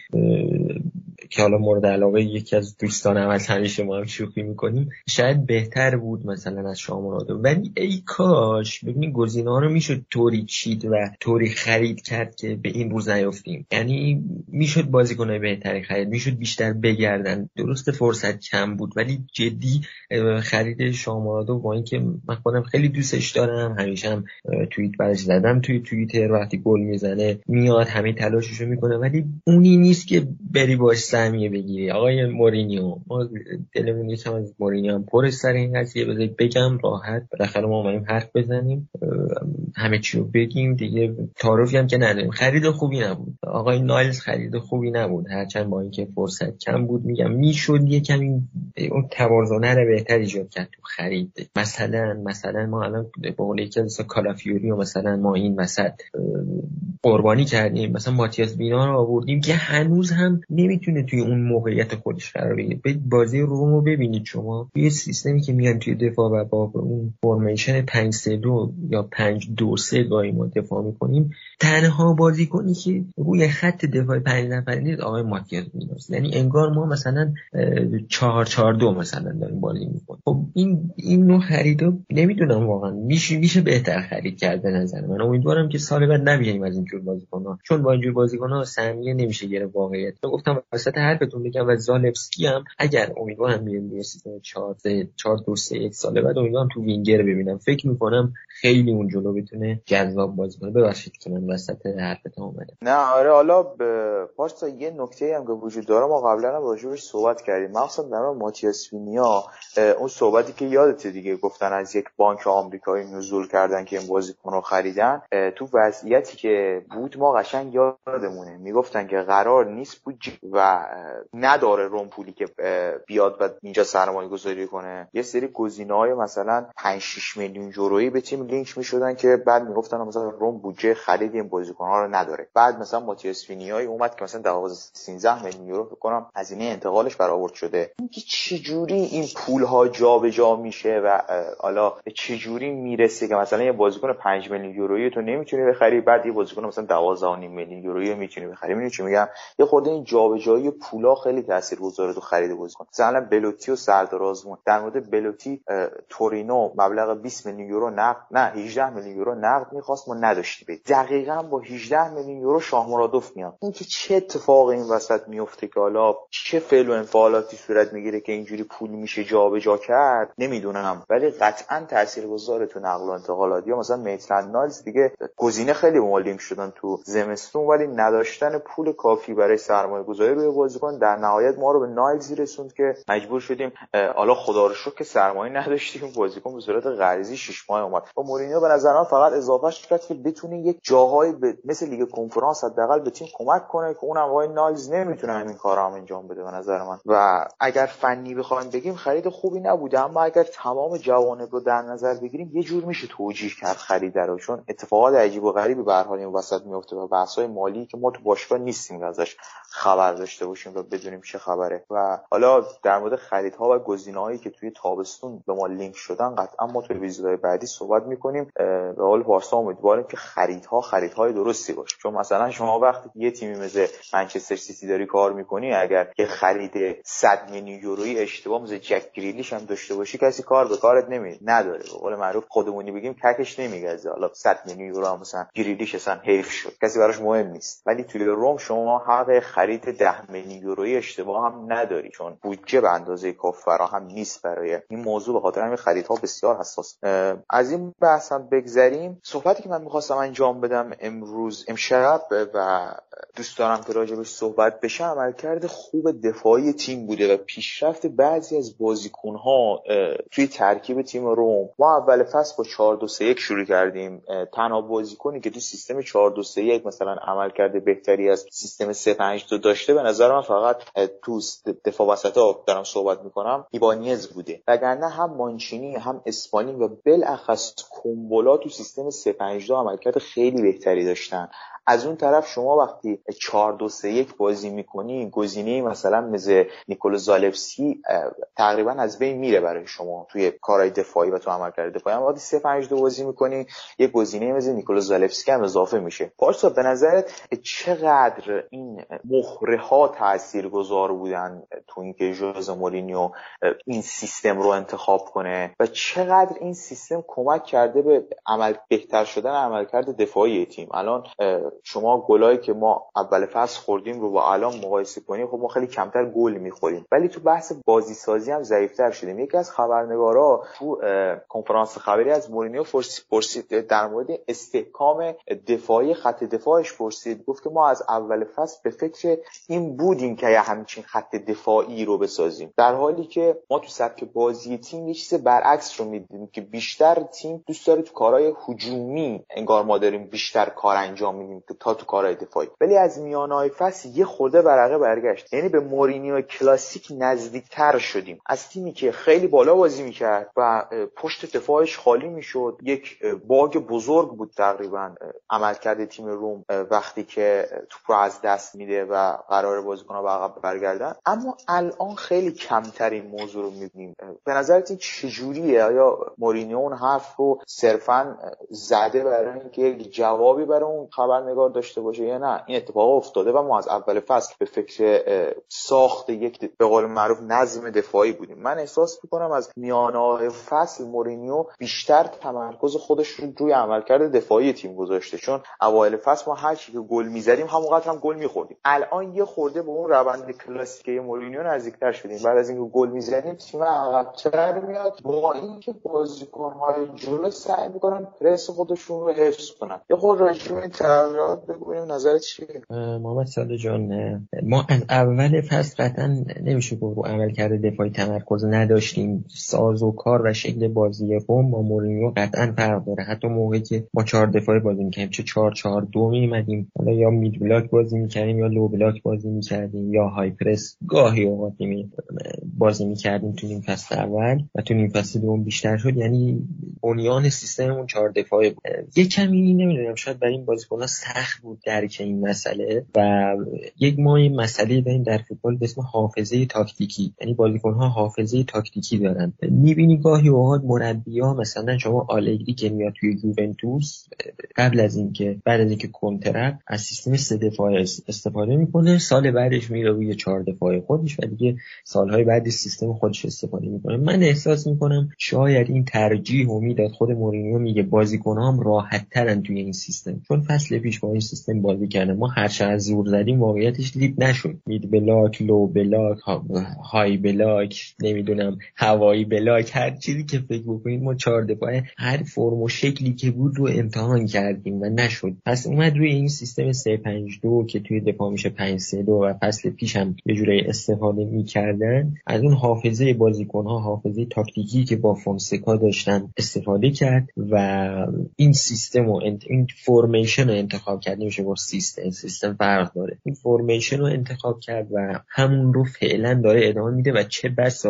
که حالا مورد علاقه یکی از دوستان هم از همیشه ما هم شوخی میکنیم، شاید بهتر بود مثلا از شامورادوف. ولی ای کاش ببینید گزینه‌ها رو میشد طوری چید و طوری خرید کرد که به این روز نیافتیم. یعنی میشد بازیکنای بهتری خرید، میشد بیشتر بگردن. درسته فرصت کم بود، ولی جدی خرید شامورادوف با اینکه من خودم خیلی دوستش دارم، همیشه هم توییت برش زدم توی توییتر، وقتی گل میزنه میاد همه تلاششو میکنه، ولی اونی نیست که بری باش سهمیه بگیری. آقای مورینیو، ما دلمون یکم از مورینیو هم پر سر این قضیه، بذارید بگم راحت، بالاخره ما اومدیم حرف بزنیم، همه چی رو بگیم دیگه. تعارفی هم که نداریم. خرید خوبی نبود آقای نایلز، خرید خوبی نبود، هرچند با اینکه فرصت کم بود میگم میشد یکم اون توازن رو بهتر ایجاد کرد تو خرید. مثلا ما الان به قول یکی از کالافیوری و مثلا ما این وسط قربانی کردیم، مثلا ماتیاس وینا رو آوردیم که هنوز هم نمیتونه توی اون موقعیت خودش قرار بگیره. بازی روم رو ببینید شما، یه سیستمی که میان توی دفاع و با اون فرمیشن 5-3-2 یا 5-2-3 گاهی ما دفاع میکنیم، تنها بازیکنی که روی خط دفاع 5 نفره نیست آقای ماتیاس ویناست. یعنی انگار ما مثلا 4-4-2 مثلا داریم بازی میکنیم. خب این نوع خریدا نمیدونم واقعا میشه بهتر خرید کرد به نظر من. امیدوارم که سال بعد نبینیم از اینجور بازیکن‌ها، چون با اینجور بازیکن‌ها سهمیه نمیشه گرفت واقعیت. من گفتم وسط حرفتون بگم و زالفسکی هم اگر امیدوارم میریم به سیستم 4-2-3-1 سال بعد امیدوارم تو وینگر ببینم. فکر میکنم خیلی اون جلو بتونه جذاب بازی کنه. ببخشید که من وسط حرفتون اومدم. نه آره، حالا پارسا یه نکته‌ای هم که وجود داره، ما قبلا هم راجعش صحبت کردیم، مخصوصا در مورد ماتیاس وینیا. اون صحبتی که یادته دیگه، گفتن از یک بانک آمریکایی نزول کردن که این بازیکن رو خریدن. تو وضعیتی که بود ما قشنگ یادمونه میگفتن که قرار نیست بود و نداره روم پولی که بیاد و اینجا سرمایه گذاری کنه. یه سری گزینه‌های مثلا 5-6 میلیون یورویی به تیم لینک میشدن که بعد میگفتن مثلا روم بودجه خرید این بازیکن‌ها رو نداره. بعد مثلا ماتیاس وینیای اومد که مثلا 12-13 میلیون یورو فکر کنم هزینه انتقالش برآورد شده. اینکه چه جوری این پول‌ها جابجا میشه و حالا چه جوری میرسه که مثلا یه بازیکن 5 میلیون یورویی تو نمیتونی بخری، بعد یه بازیکن مثلا 12.5 میلیون یورویی میتونی بخری. میدونی چی میگم؟ یه خورده این جابجایی پولا خیلی تاثیرگذاره تو خرید بازیکن. مثلا بلوتی و سردار آزمون، در مورد بلوتی تورینو مبلغ 20 میلیون یورو نقد، نه 18 میلیون یورو نقد می‌خواست، ما نداشتی بدی. دقیقاً با 18 میلیون یورو شامورادوف میاد. این که چه اتفاقی این وسط میفته که حالا چه فعل و انفعالاتی صورت میگیره که اینجوری پول میشه جابجا کرد نمیدونم، ولی قطعاً تاثیرگذاره تو نقل و انتقالات. یا مثلا میتلند نایلز دیگه گزینه خیلی مالیم شد شدن تو زمستون، ولی نداشتن پول کافی برای سرمایه‌گذاری روی بازیکن در نهایت ما رو به نایلز رسوند که مجبور شدیم حالا خدا رو شکر که سرمایه نداشتیم، بازیکن به صورت غریزی 6 ماه اومد. و مورینیو به نظر من فقط اضافهش کرد که بتونه یک جاهای مثل لیگ کنفرانس حداقل به تیم کمک کنه که اونم وای نایلز نمیتونه همین کارا هم انجام بده به نظر من. و اگر فنی بخوایم بگیم خرید خوبی نبوده، اما اگر تمام جوانب رو در نظر بگیریم یه جور میشه توجیه کرد خرید رو، چون اتفاقات عجیب و غریبی به هر حال این وسط میفته و بحث‌های مالی که ما تو باشگاه نیستیم ازش خبر داشته باشیم و بدونیم چه خبره. و حالا در مورد خریدها و گزینه‌هایی که توی تابستون به ما لینک شدن قطعا ما توی ویدیوهای بعدی صحبت می‌کنیم. به قول پارسا امیدواریم که خریدهای درستی باشه، چون مثلا شما وقتی یه تیمی مثل منچستر سیتی داری کار می‌کنی، اگر یه خرید 100 میلیون یورویی اشتباه مثل جک گریلیش هم داشته باشی کسی کار به کارت نداره. به قول معروف خودمونی بگیم ککش نمیگزه. حالا 100 میلیون یورو هم مثلا گریلیش اصلا حیف شد، کسی براش مهم نیست. ولی توی روم شما حق خرید 10 میلیون یورویی اشتباه هم نداری، چون بودجه به اندازه کافی فراهم نیست برای این موضوع. به خاطر همین خریدها بسیار حساس. از این بحث هم بگذریم. صحبتی که من می‌خواستم انجام بدم امشب و دوست دارم که راجعش صحبت بشه، عملکرد خوب دفاعی تیم بوده و پیشرفت بعضی از بازیکن‌ها توی ترکیب تیم روم. ما اول فصل با 4-2-3-1 شروع کردیم. تنها بازیکنی که تو سیستم 4-2-3-1 مثلا عملکرد بهتری از سیستم 3-5-2 داشته به نظر من فقط تو دفاع وسطا دارم صحبت میکنم ایبانیز بوده، وگرنه هم مانچینی هم اسپالینگ و بالاخص کومبولا تو سیستم 3-5-2 عملکرد خیلی بهتری داشتن. از اون طرف شما وقتی 4-2-3-1 بازی میکنی، گزینه مثلا مثل نیکولو زالفسکی تقریبا از بین میره برای شما توی کارهای دفاعی و تو عملکرد دفاعی. اما وقتی 3-5-2 بازی میکنی یه گزینه مثل نیکولو زالفسکی هم اضافه میشه. پارسا به نظرت چقدر این مهره ها تاثیرگذار بودن تو اینکه ژوزه مورینیو این سیستم رو انتخاب کنه و چقدر این سیستم کمک کرده به بهتر شدن عملکرد دفاعی تیم؟ الان شما گلایی که ما اول فصل خوردیم رو با الان مقایسه کنیم، خب ما خیلی کمتر گل میخوریم، ولی تو بحث بازی سازی هم ضعیف‌تر شدیم. یکی از خبرنگارا تو کنفرانس خبری از مورینیو پرسید در مورد استحکام دفاعی خط دفاعش، پرسید گفت که ما از اول فصل به فکر این بودیم که همچین خط دفاعی رو بسازیم، در حالی که ما تو سبک بازی تیم یه چیز برعکس رو می‌دیدیم که بیشتر تیم دوست داره تو کارهای هجومی انگار ما داریم بیشتر کار انجام میدیم تا تو کارهای دفاعی. ولی از میانه‌های فصل یه خورده برقه برگشت، یعنی به مورینیو کلاسیک نزدیکتر شدیم. از تیمی که خیلی بالا بازی میکرد و پشت دفاعش خالی میشد، یک باگ بزرگ بود تقریبا عملکرد تیم روم وقتی که توپ رو از دست میده و قرار بازیکن‌ها به عقب برگردن. اما الان خیلی کمتر این موضوع رو میبینیم. به نظرت این چجوریه؟ آیا مورینیو اون حرف رو صرفاً زده برای اینکه یک جوابی برای اون خبرنگار داشته باشه یا نه این اتفاق افتاده و ما از اول فصل به فکر ساخت یک به قول معروف نظم دفاعی بودیم؟ من احساس می‌کنم از میانه‌های فصل مورینیو بیشتر تمرکز خودش رو روی عملکرد دفاعی تیم گذاشته، چون اوایل فصل ما هر چی که گل می‌زدیم همونقدر هم گل می‌خوردیم. الان یه خورده به اون روند کلاسیکه مورینیو نزدیک‌تر شدیم. بعد از اینکه گل می‌زدیم تیم عقب‌تر میاد، با اینکه بازیکن‌های جلو سعی می‌کنن پرس خودشون رو حفظ کنن. یه خورده راجع به این تغییرات بگویم، نظرت چیه؟ محمد صادق جان، ما از اول فصل قطعا نمیشه گفت رو عملکرد دفاعی تمرکز نداشتیم. سازوکار و شکل بازی روم با مورینیو قطعا فرق داره. حتی موقعی که ما 4 دفاعی بازی می‌کردیم، چه 4-4-2 می‌اومدیم، حالا یا مید بلاک بازی می‌کردیم یا لو بلاک بازی می‌کردیم یا های پرس گاهی اوقات بازی می‌کردیم تو نیم فصل اول و تو نیم فصل دوم بیشتر شد. یعنی بنیان سیستممون 4 دفاعی بود. یه کمی نمیدونم شاید برای این بازیکن‌ها سخت بود درک این مسئله و ما این مسئله داریم در فوتبال به اسم حافظه تاکتیکی. یعنی بازیکن‌ها حافظه تاکتیکی دارن. می‌بینی گاهی اوقات مربی‌ها مثلا شما آلگری که میاد توی یوونتوس بعد از اینکه کنترکت از سیستم 3 دفاعه استفاده میکنه، سال بعدش میره روی 4 دفاعه خودش و دیگه سالهای بعدی سیستم خودش استفاده میکنه. من احساس میکنم شاید این ترجیح و میداد. خود مورینیو میگه بازیکن‌هام راحت‌ترن توی این سیستم، چون فصل پیش با این سیستم بازی کردن. ما هر چقدر زور زدیم واقعیتش لید نشد. مید بلاک، لو بلاک، های بلاک، نمیدونم هوایی بلاک، هر چیزی که فکر بکنید ما 4 دفاعه هر فرم و شکلی که بود رو امتحان کردیم و نشد. پس اومد روی این سیستم 3-5-2 که توی دفاع میشه 5-3-2 و فصل پیش هم یه جوری استفاده می‌کردن. از اون حافظه بازیکن‌ها، حافظه تاکتیکی که با فونسکا داشتن استفاده کرد و این سیستم و این فرمیشن رو انتخاب کرد. نمیشه با سیستم فرق داره. این فرمیشن رو انتخاب کرد و همون رو فعلا داره ادامه میده و چه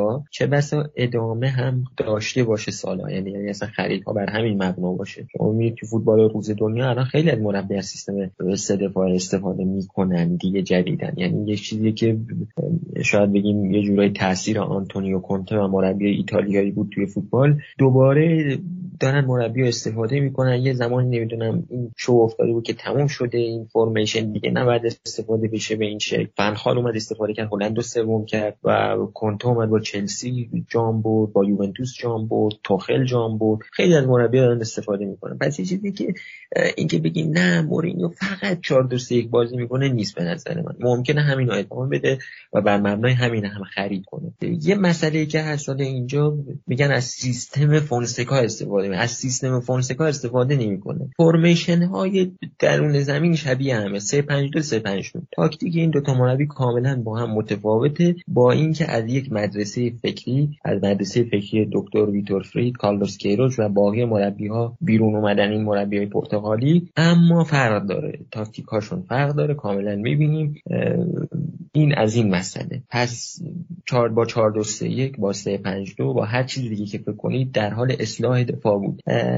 بسا ادامه هم داشته باشه سالا. یعنی اصلا خریدها بر همین مبنا باشه. شما میبینید تو فوتبال روز دنیا الان خیلی از مربی از سیستم 3 دفاعه استفاده میکنن دیگه جدیدن. یعنی یه چیزی که شاید بگیم یه جورای تاثیر آنتونیو کونته و مربی ایتالیایی بود توی فوتبال، دوباره دارن مربی استفاده میکنن. یه زمانی نمیدونم این شو افتاده بود که تموم شده این فرمیشن دیگه نباید استفاده بشه به این شکل. فنخال اومد استفاده کرد، هلند رو سوم کرد و کونته اومد با چلسی جام برد، با یوونتوس جام برد، توخل جام برد. خیلی از مربی‌ها دارن استفاده میکنن. پس یه چیزی که اینکه بگیم نه مورینیو فقط 4-2-3-1 بازی میکنه نیست. به نظر من ممکنه همین رو ادامه بده و بر مبنای همین هم خرید کنه. یه مسئله که هست اینجا میگن از سیستم فونسکا استفاده میکنه. از سیستم فونسکا استفاده نمیکنه. فرمیشن های درون زمین شبیه همه، 3-5-2 3-5-2. تاکتیک این دو تا مربی کاملا با هم متفاوته، با اینکه از یک مدرسه فکری، از مدرسه فکری دکتر ویتور فرید، کارلوس کیروش و باقی مربی‌ها بیرون اومدن. این مربیای پرتغالی اما فرق داره، تاکتیکاشون فرق داره، کاملا میبینیم. این از این مسئله. پس 4-4-2-3-1 با 3-5-2 با هر چیزی دیگه که فکر کنید در حال اصلاح دفاع بود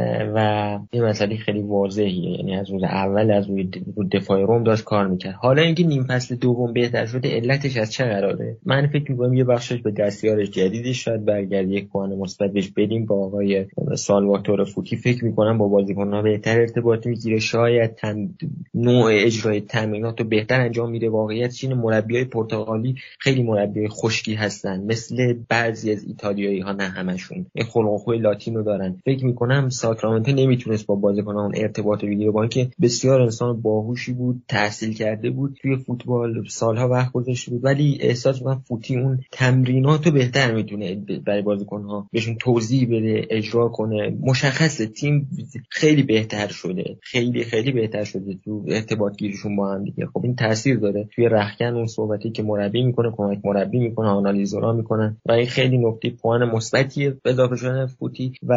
و این مسئله خیلی واضحه. یعنی از روز اول از روی دفاع روم داشت کار میکرد. حالا اینکه نیم فصل دوم بهتر شده علتش از چه قراره؟ من فکر می‌کنم یه بخشش به دستیارش جدیدش شاید برگرد، یک پوان مثبت بهش بدیم. با آقای سالواتور فوتی فکر می‌کنم با بازیکن‌ها بهتر ارتباط میگیره، شاید نوع اجرای تمریناتو بهتر انجام میده. واقعیت اینه مربیای پرتغالی خیلی مربی خشکی هستن، مثل بعضی از ایتالیایی‌ها، نه همشون. این خلق و خوی لاتینو دارن. فکر می‌کنم ساکرامنتو نمیتونست با بازیکنان ارتباط بگیره، با اینکه بسیار انسان باهوشی بود، تحصیل کرده بود، توی فوتبال سالها وقت گذاشته بود، ولی احساس می‌کنم فوتی اون تمریناتو بهتر میتونه برای بازیکن‌ها بهشون توضیح بده، اجرا کنه. مشخصه تیم خیلی بهتر شده، خیلی خیلی بهتر شده تو ارتباط گیریشون با هم دیگه. خب این تاثیر داره توی رختکن، اون صحبتی که مربی میکنه، کمک مربی میکنه، آنالیزورها میکنن و این خیلی نکته پوان مثبتیه به اضافه شدن فوتی. و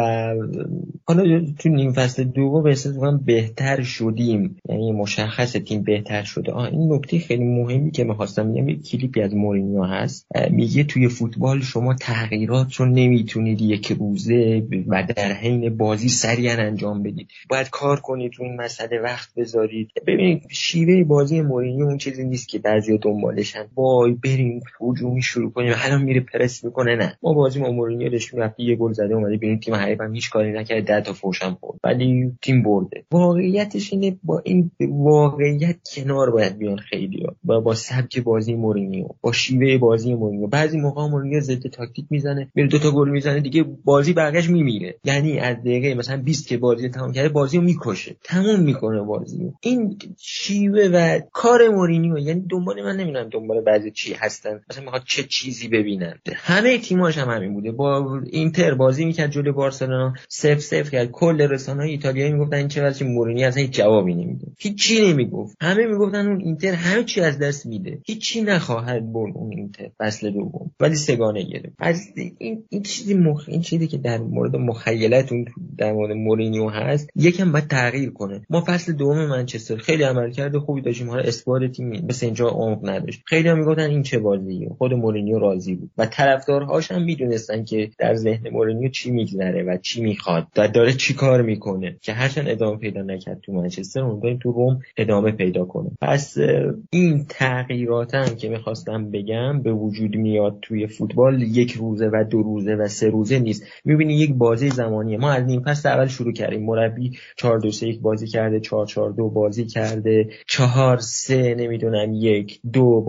حالا تو نیم فصل دوم احساس می‌کنم بهتر شدیم، یعنی مشخصه تیم بهتر شده. این نکته خیلی مهمی که می‌خواستم بگم، یک کلیپی از مورینیو هست، میگه توی فوتبال شما تغییرات رو نمیتونید یک روزه و در حین بازی سریعا انجام بدید، باید کار کنید، تو این مسئله وقت بذارید. ببینید شیوه بازی مورینیو اون چیزی نیست که بعضیا دنبالشن، وای بریم هجومی شروع کنیم الان میره پرس میکنه. نه، ما بازی ما مورینیو داشتیم رفتی یه گل زده اومده ببینید تیم حریفم هیچ کاری نکرد 10 تا فوشم خورد ولی تیم برده. واقعیتش اینه با این واقعیت کنار باید بیان خیلی‌ها با سبک بازی مورینیو، با شیوه بازی مورینیو. بعضی موقع مورینیو ضد تاکتیک میزنه، میره 2 تا گل میزنه دیگه بازی برگشت میمیره. یعنی از دقیقه مثلا 20 که بازی تمام کرده بازیو میکشه، تموم میکنه بازیو. این شیوه و کار مورینیو. یعنی دنبال من نمیدونم دنبال بعضی چی هستن، مثلا میخواد چه چیزی ببینن. همه تیم‌هاش هم همین بوده. با اینتر بازی میکرد جلوی بارسلونا 0-0 کرد، کل رسانه‌های ایتالیایی میگفتن این چه وضعی، مورینیو اصلا هیچ جوابی نمیده، هیچی نمیگفت. همه میگفتن اون اینتر همه چی از دست میده، هیچی نخواهد برد اون اینتر فصل دوم، ولی سگانه گرفت. از این چیزی این چیزی که در مورد مخیلتون در مورد مورینیو هست یکم باید تغییر کنه. ما فصل دوم منچستر خیلی عملکرد خوبی داشتیم، حالا اسکواد تیم مثل اینجا عمق نداشت. خیلی هم میگفتن این چه بازیه، خود مورینیو راضی بود و طرفدارهاش هم میدونستن که در ذهن مورینیو چی میگذره و چی میخواد و داره چی کار میکنه، که هرچند ادامه پیدا نکرد تو منچستر، امیدواریم تو روم ادامه پیدا کنه. پس این تغییرات هم که میخواستم بگم به وجود میاد توی فوتبال، 1 روزه و 2 روزه و 3 روزه نیست. میبینی یک بازی زمانیه. ما از نیم فصل اول شروع کردیم، مربی 4-2-3-1 بازی کرده، 4-4-2 بازی کرده، 4-3 نمیدونم 1-2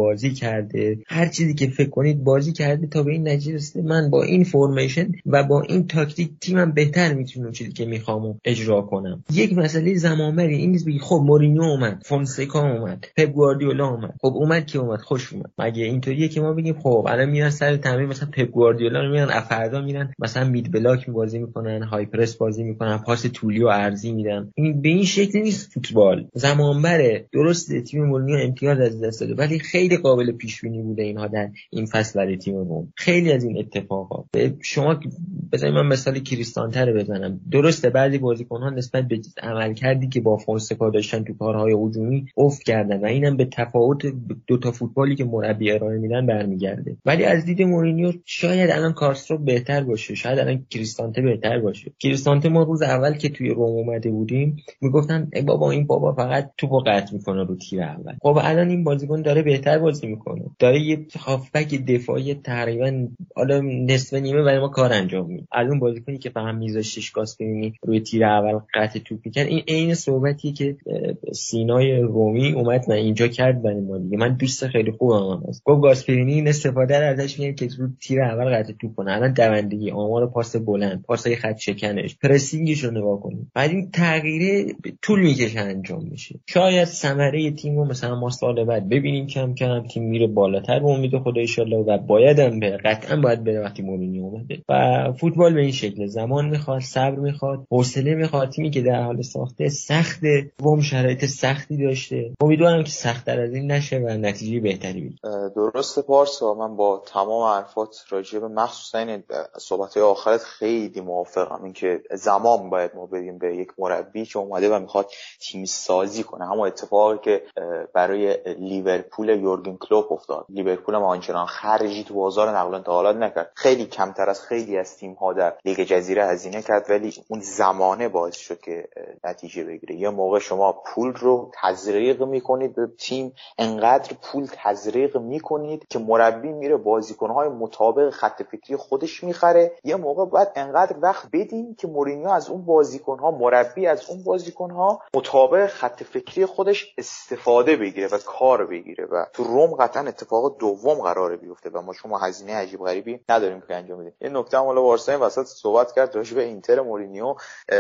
بازی کرده، هر چیزی که فکر کنید بازی کرده تا به این نتیجه رسیده من با این فرمیشن و با این تاکتیک تیمم بهتر میتونم اون چیزی که میخوام اجرا کنم. یک مسئله زمانبری این نیست بگی خب مورینیو اومد، فونسکا اومد، پپ گواردیولا اومد، خب اومد که اومد خوش اومد. مگه اینطوریه که ما بگیم خب الان میرن سر تمرین مثلا پپ گواردیولا رو میرن فردا میرن مثلا مید بلاک بازی میکنن، های پرس بازی میکنن، پاس طولی و عرضی میدن؟ این به این شکل نیست فوتبال. زمانبره. درسته تیم مورینیو امتیاز از دست داده ولی خیلی قابل پیش بینی بوده اینها در این فصل برای تیم روم. خیلی از این اتفاقات شما بذارید من مثال کریستانته رو بزنم. درسته بعضی بازیکن‌ها نسبت به عملکردی که با فونسکا داشتن تو کارهای هجومی افت کردن و اینم به تفاوت دو تا فوتبالی که مربی ارائه میدن برمیگرده. ولی از دید مورینیو شاید الان کارسترو بهتر باشه، شاید الان کریستانته بهتر باشه. کریستانته ما روز اول که توی روم اومده بودیم میگفتن ای بابا این بابا فقط توپو قطع میکنه رو تیر اول. خب الان این بازیکن داره بهتر بازی میکنه، داره یه هافبک دفاعی تقریبا حالا نصف نیمه برای ما کار انجام میده. الان بازیکنی که فهم میذاشتش گاسپرینی روی تیر اول قطع توپ میکرد، این عین صحبتیه که سینای رومی اومد و اینجا کرد برای ما دیگه. من دوست خیلی خوبم هست گفت گاسپرینی این استفاده رو ازش میگه که رو تیر اول قطع توپ کنه. الان دوندگی، آمار پاس بلند، پاسای خط شکنش، پرسینگش رو نگاه کنید. بعد این تغییره طول میکشه انجام میشه. شاید ثمره تیمو مثلا ما سال بعد ببینیم کم کم تیم میره بالاتر به امید خدا ان شاءالله و بایدم بره، قطعا باید بره وقتی مورینیو اومده. و فوتبال به این شکل زمان میخواد، صبر میخواد، حوصله میخواد. تیمی که در حال ساخته سخته، روم شرایط سختی داشته. امیدوارم که سخت‌تر از این نشه و نتیجه بهتری بگیره. درسته پارسا، من با تمام حرفات راجع به مخصوصا این صحبت‌های آخرت خیلی موافقم. اینکه زمان باید ما بدیم به یک مربی که اومده و میخواد تیم سازی کنه. همون اتفاقی که برای لیورپول یورگن کلوپ افتاد. لیورپول هم آنچنان خرجی تو بازار نقل و انتقالات نکرد، خیلی کمتر از خیلی از تیم‌ها در لیگ جزیره هزینه کرد، ولی اون زمانه باعث شد که نتیجه بگیره. یه موقع شما پول رو تزریق میکنید به تیم، انقدر پول تزریق میکنید که مربی میره بازیکن‌های مطابق خط فکری خودش میخره. یه موقع باید انقدر وقت بدیم که مورینیو از اون بازیکن‌ها، مربی از اون بازیکن‌ها مطابق خط فکری خودش استفاده بگیره و کار بگیره. و تو روم قطعا اتفاق دوم قراره بیفته و ما شما هزینه عجیب غریبی نداریم که انجام بدیم. این نکته هم حالا وارسا وسط صحبت کرد راجع به اینتر مورینیو.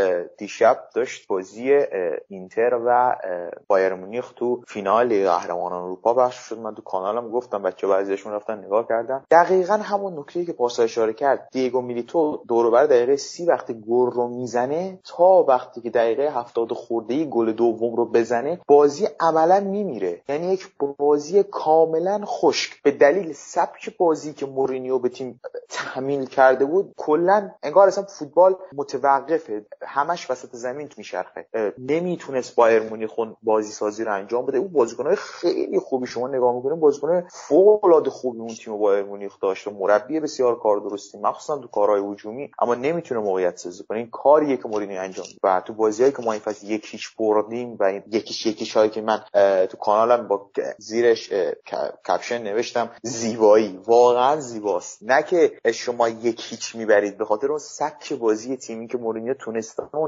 دیشب داشت بازی اینتر و بایر مونیخ تو فینال لیگ قهرمانان اروپا پخش شد. من تو کانالم گفتم، بچه‌ها بعضیشون رفتن نگاه کردن. دقیقاً همون نکته‌ای که پارسا اشاره کرد، دیگو میلیتو دور و بر دقیقه 30 وقتی گل رو میزنه تا وقتی که دقیقه 70 خورده‌ای گل دوم رو بزنه بازی عملاً میمیره. یعنی یک بازی کاملاً خشک به دلیل سبک بازی که مورینیو به تیم تحمیل کرده بود. کلاً انگار اصلا فوتبال متوقفه، همش وسط زمین میچرخه. نمیتونست بایر مونیخ بازی سازی رو انجام بده. اون بازیکن‌های خیلی خوبی شما نگاه می‌کنید، بازیکن‌های فوق‌العاده خوبی اون تیم بایر مونیخ داشت، مربی بسیار کار درستی مخصوصا تو کارهای هجومی، اما نمیتونه موقعیت سازی کنه. این کاریه که مورینیو انجام میده. و تو بازیایی که ما این فصل 1-0 بردیم و یکیش هایی که من تو کانالم با زیرش کپشن نوشتم زیبایی، واقعا زیباست. نه که شما 1-0 میبرید، به خاطر اون سبک بازی تیمی که مورینیو تونسته اون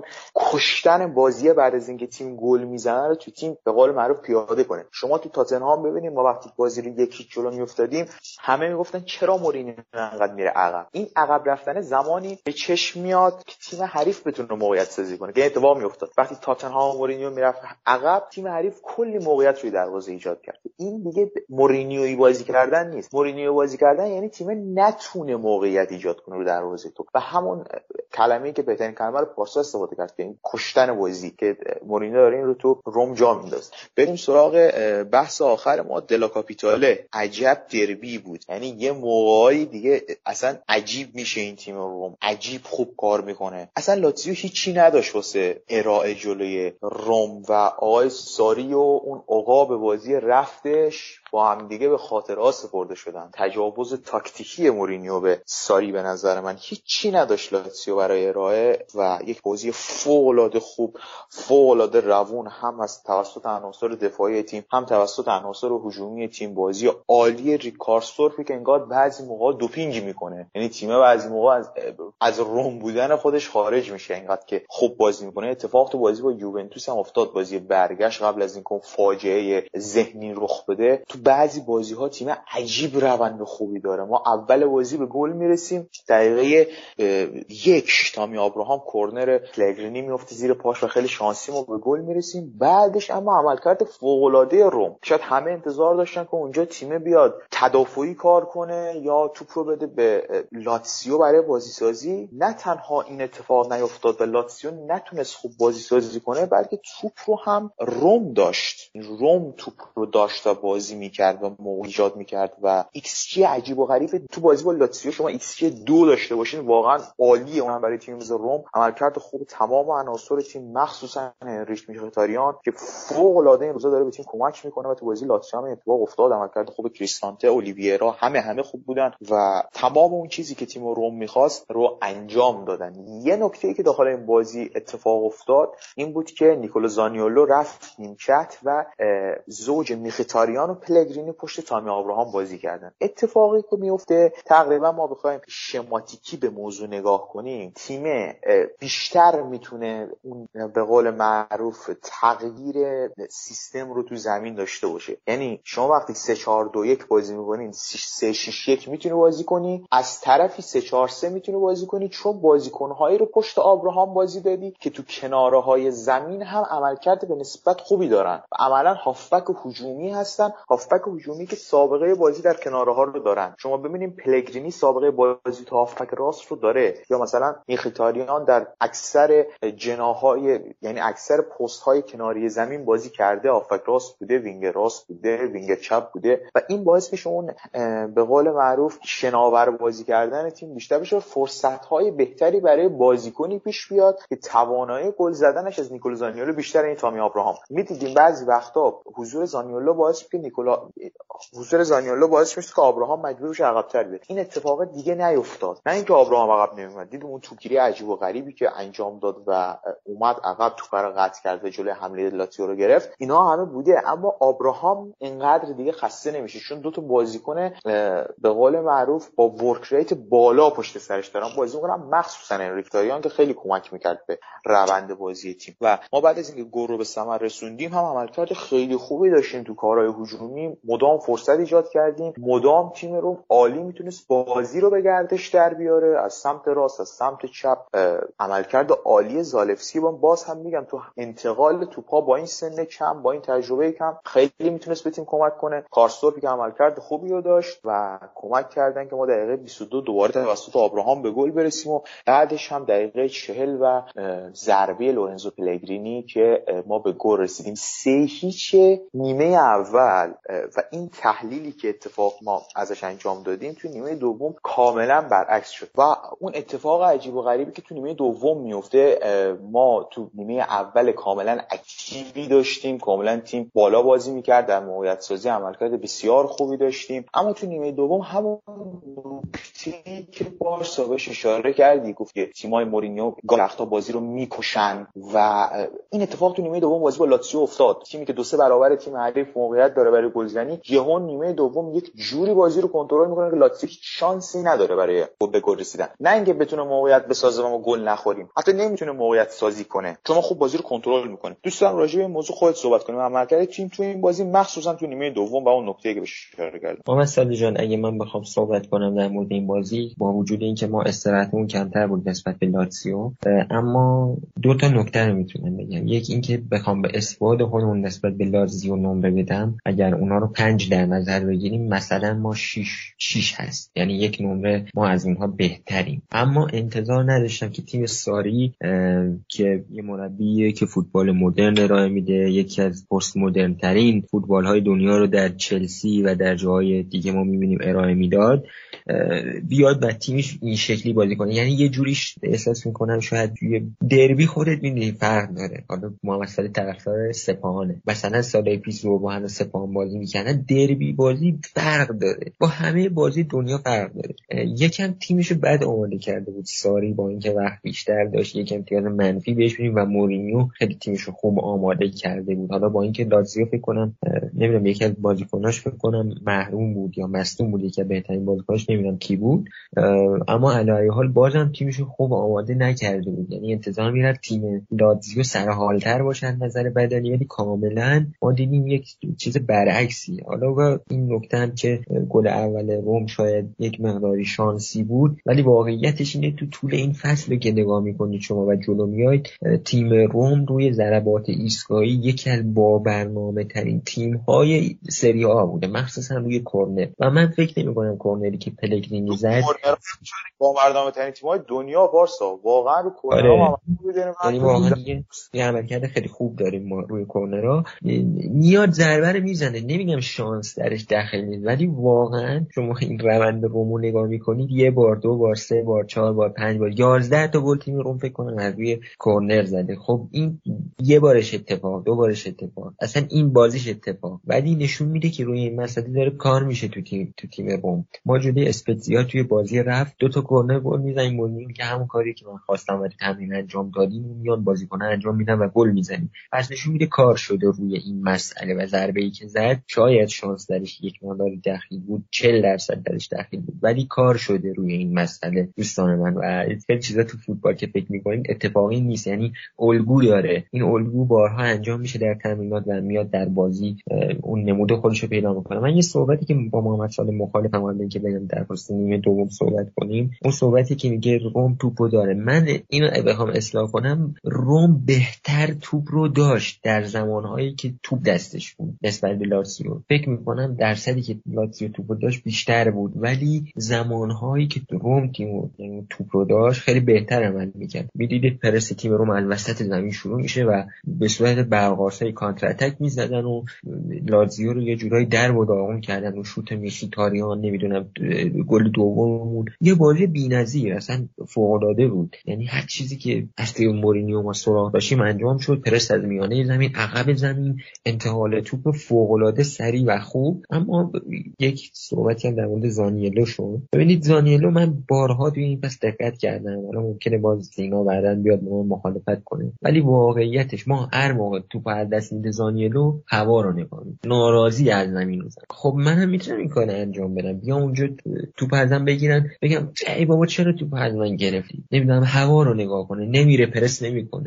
کشتن بازی بعد از اینکه تیم گل میزنه رو تو تیم به قول معروف پیاده کنه. شما تو تاتنهام ببینید، ما وقتی بازی رو 1-0 جلو میافتادیم همه میگفتن چرا مورینیو انقدر میره عقب. این عقب رفتن زمانی به چشم میاد که تیم حریف بتونه موقعیت سازی کنه. که اتفاق میافتاد وقتی تاتنهام مورینیو میرفت عقب، تیم حریف کلی موقعیت روی دروازه ایجاد کرد. این دیگه مورینیویی بازی کردن نیست. مورینیو بازی کردن یعنی تیم نتونه موقعیت ایجاد کنه رو دروازه تو. و همون کلمه‌ای که بهترین کلمه رو پارسا استفاده کرد که این کشتن بازی که مورینیو داره این رو تو روم جا میندازه. بریم سراغ بحث آخر ما، دلا کاپیتاله. عجب دربی بود. یعنی یه موقعی دیگه اصلا عجیب میشه این تیم روم، عجیب خوب کار میکنه. اصلا لاتزیو هیچی نداشت واسه ارائه جلوی روم و آقای ساری و اون عقاب بازی رفتش با هم دیگه به خاطرات سپرده شدن. تجاوز تاکتیکی مورینیو به ساری به نظر من هیچی نداشت لاتزیو برای ارائه و یک بازی فوق‌العاده خوب، فوق‌العاده روون هم از توسط عناصر دفاعی تیم هم توسط عناصر هجومی تیم. بازی عالی ریکارسورفی که انگار بعضی موقع دوپینگ میکنه، یعنی تیم بعضی موقع از روم بودن خودش خارج میشه اینقدر که خوب بازی میکنه. اتفاق تو بازی با یوونتوس هم افتاد، بازی برگشت قبل از اینکه فاجعه ذهنی رخ بده. تو بعضی بازی‌ها تیم عجیب روند خوبی داره. ما اول بازی به گل میرسیم، دقیقه 1 تامی آبراهام کورنر پلگرینی میفته زیر پاش و خیلی شانسی ما به گل میرسیم. بعدش اما عملکرد فوق‌العاده روم. شاید همه انتظار داشتن که اونجا تیم بیاد تدافعی کار کنه یا توپ رو بده به لاتزیو برای بازی سازی. نه تنها این اتفاق نیفتاد و لاتزیو نتونست خوب بازی سازی کنه، بلکه توپ رو هم روم داشت. روم توپ رو داشت و بازی میکرد و موقع ایجاد میکرد و ایکس جی عجیب و غریبه. تو بازی با لاتزیو شما ایکس جی 2 داشته باشین واقعا عالیه. اونم برای تیم مثل روم عملکرد خوب تمام عناصر تیم، مخصوصا هنریش میخیتاریان که فوق العاده این روزا داره به تیم کمک میکنه و تو بازی لاتزیو هم اتفاق افتاد. عملکرد خوب کریستانته، اولیویرا همه خوب بودن و تمام اون چیزی که تیم روم میخواست رو انجام دادن. یه نکته‌ای که داخل این بازی اتفاق افتاد این بود که نیکولو زانیولو رفت نیمکت و زوج میخیتاریان و پلگرینی پشت تامی آبراهام بازی کردن. اتفاقی که میفته تقریبا ما بخوایم شماتیکی به موضوع نگاه کنیم، تیم بیشتر میتونه اون به قول معروف تغییر سیستم رو تو زمین داشته باشه. یعنی شما وقتی 3-4-2-1 بازی میکنین 3-6-1 میتونه بازی کنی، از طرفی 3-4-3 میتونه بازی کنی، چون بازیکن‌هایی رو پشت آبراهام بازی دادی که تو کناره‌های زمین هم عملکرد به نسبت خوبی دارن و عملاً هافبک هجومی هستن، هافبک هجومی که سابقه بازی در کناره‌ها رو دارن. شما ببینید پلگرینی سابقه بازی تو هافبک راست رو داره، یا مثلا میخیتاریان در اکثر جناح‌های یعنی اکثر پست‌های کناری زمین بازی کرده، هافبک راست بوده، وینگر راست بوده، وینگر چپ بوده و این باعث میشه اون به قول معروف شناور بازی کردن تیم بیشتر بشه، فرصت‌های بهتری برای بازیکنی پیش بیاد که توانایی گل زدنش از نیکولو زانیولو بیشتر این تامی آبراهام. می‌دیدیم بعضی وقتا حضور زانیولو باعث میشه که آبراهام مجبور بشه عقب‌تر بیاد. این اتفاق دیگه نیفتاد. نه اینکه آبراهام عقب نمیومد، دیدیم اون توپگیری عجیب و غریبی که انجام داد و اومد عقب توپ رو قطع کرد و جلوی حمله لاتزیو رو گرفت. اینا همه بوده، اما آبراهام اینقدر دیگه خسته نمیشه چون دو تا بازیکن به قول معروف با ورک ریت بالا پشت سرش دارن بازی می‌کنن، مخصوصا انریکتاریان که خیلی کمک می‌کرد به روند بازی تیم. و ما بعد از اینکه گل رو به ثمر رسوندیم هم عملکرد خیلی خوبی داشتیم تو کارهای هجومی، مدام فرصت ایجاد کردیم، مدام تیم رو عالی میتونست بازی رو به گردش در بیاره، از سمت راست از سمت چپ. عملکرد عالی زالفسکی باز هم میگم تو انتقال توپا با این سن کم، با این تجربه کم خیلی میتونست به تیم کمک کنه. کارستورپی که عملکرد خوبی رو داشت و کمک کردن که ما دقیقه 22 دوباره توسط آبراهام به گل برسیم و بعدش هم دقیقه 40 و ضربه لورنزو پلگرینی که ما به گل رسیدیم 3-0 نیمه اول. و این تحلیلی که اتفاق ما ازش انجام دادیم تو نیمه دوم کاملا برعکس شد و اون اتفاق عجیب و غریبی که تو نیمه دوم میفته، ما تو نیمه اول کاملا اکتیوی داشتیم، کاملا تیم بالا بازی میکرد، در موقعیت سازی عملکرد بسیار خوبی داشتیم، اما تو نیمه دوم همون نکته‌ای که بارسا بهش اشاره کردی، گفت که تیمای مورینیو وقتا بازی رو میکشن و این اتفاق تو نیمه دوم بازی با لاتزیو افتاد. تیمی که 2-3 برابر تیم حریف موقعیت داره برای گلزنی، یهو نیمه دوم یک جوری بازی رو کنترل میکنه که لاتزیو شانسی نداره برای به گل رسیدن. نه اینکه بتونه موقعیت بسازه و ما گل نخوریم، حتی نمیتونه موقعیت سازی کنه چون خوب بازی رو کنترل میکنه. دوست دارم راجع به این موضوع خودت صحبت کنیم. عملکرد تیم تو این بازی مخصوصا تو نیمه دوم و اون نکته‌ای که بهش اشاره کردم. محمد صادقی جان، اگه من بخوام صحبت کنم در مورد این بازی، با وجود اینکه ما استراحتمون کمتر بود نسبت به لاتزیو، اما دو تا نکته رو میتونم بگم. یک اینکه بخوام به اسواد خودمون نسبت به لاتزیو نمره بدم، اگر اونا رو 5 در نظر بگیریم مثلا ما 6 هست، یعنی یک نمره ما از اونها بهتریم. اما انتظار نداشتم که تیم ساری که یه مربیه که فوتبال مدرن ارائه میده، یکی از پست مدرن ترین فوتبال های دنیا رو در چلسی و در جاهای دیگه ما میبینیم ارائه میداد، بیاد و تیمش این شکلی بازی کنه. یعنی یه جوریش احساس میکنم شاید توی دربی خودت میدونی فرق داره. حالا محمد صالح طرفدار سپاهانه، مثلا سال پیش با هم سپاهان بازی میکنن، دربی بازی فرق داره، با همه بازی دنیا فرق داره. یکم تیمشو بد آماده کرده بود ساری، با اینکه وقت بیشتر داشت یکم امتیاز منفی بهش میدیم و مورینیو خیلی تیمشو خوب آماده کرده بود. حالا با اینکه لاتزیو فکر کنم نمیدونم یکی از بازیکناش فکر کنم محروم بود یا مصدوم بود، یکی از بهترین بازیکناش نمیدونم کی بود، اما علی حال بازم تیمشو خوب آماده نکرده بود. یعنی انتظار میرفت تیم لاتزیو سرحالتر باشه از نظر بدنی، ولی کاملا ما دیدیم یک چیز برعکسی. حالا و این نکته هم که گل اول روم شاید یک مقداری شانسی بود، ولی واقعیتش اینه تو طول این فصل که نگاه میکنید شما و جلو میاید، تیم روم روی ضربات ایستگاهی یکی از با برنامه ترین تیم های سری آ بوده، مخصوصا روی کرنر. و من فکر نمی‌کنم کرنری که پلگرینی زد با برنامه ترین تیم‌های دنیا بارسا واقعا رو کرنرها یعنی واقعا یه عملکرد خیلی خوب داریم ما روی کرنرها. میاد ضربه رو میزنه، نمیگم شانس درش داخل نیست، ولی واقعا شما این روند رومو نگاه میکنید یه بار، دو بار، سه بار، چهار بار، 5 بار، 11 تا گل تیم روم فکر کنم از روی کرنر زده. خب این یه بارش اتفاق، دو بارش اتفاق، اصلا این بازیش اتفاق، ولی نشون میده که روی این مسئله داره کار میشه تو تیم روم. ما جلوی اسپتزیا توی بازی رفت 2 تا کرنر گل میزنیم، مونیم که همون کاری که من خواستم ولی تمرین انجام دادیم میان بازیکن‌ها انجام میدن و گل میزنیم. پس نشون میده کار شده روی این مسئله و ضربه‌ای که زد شاید شانس درش یک مقدار دخیل بود، 40% درش دخیل بود، ولی کار شده روی این مسئله دوستان من. و خیلی چیزا تو فوتبال که فکر می‌کنید اتفاقی نیست، یعنی الگو داره، این الگو بارها انجام میشه در تمرینات و میاد در بازی اون نمود خودشو پیدا میکنه. من یه صحبتی که با محمد صالح مخالفم، ولی که بگم در پست نیمه دوم صحبت کنیم، اون صحبتی که میگه روم توپو داره، من اینو بخوام اصلاح کنم، روم بهتر توپ رو داشت در زمانهایی که توپ دستش بود نسبت به لاتزیو. فکر میکنم درصدی که لاتزیو توپو داشت بیشتر بود، ولی زمانهایی که روم تیم توپ رو داشت خیلی بهتر عمل میکرد. میدیدید پرس تیم روم از وسط زمین شروع میشه و به صورت برق‌آسای کانتر اتک میزدن و لاتزیو رو یه جورایی در و داغون کردن و شوت میخیتاریان نمیدونم گل دوممون یه بازی بی‌نظیر اصلا فوق‌العاده بود. یعنی هر چیزی که از تیم مورینیو ما سراغ داشتیم انجام شد، پرس از میانه زمین، عقب زمین، انتقال توپ فوق‌العاده سریع و خوب. اما یک صحبتی هم در مورد زانیلو شد. ببینید زانیلو من بارها توی این پس دقت کردم، حالا ممکنه باز زینا بعداً بیاد با ما مخالفت کنه، ولی واقعیتش ما هر موقع توپ از دست میده زانیلو هوا رو نگاه می‌کنه، ناراضی از زمین میزنه. خب منم میتونم این کارو انجام بدم، بیام اونجا توپ ازم بگیرن بگم ای بابا چرا توپ از من گرفتی، نمیدونم هوا رو نگاه کنه، نمیره، پرس نمیکنه.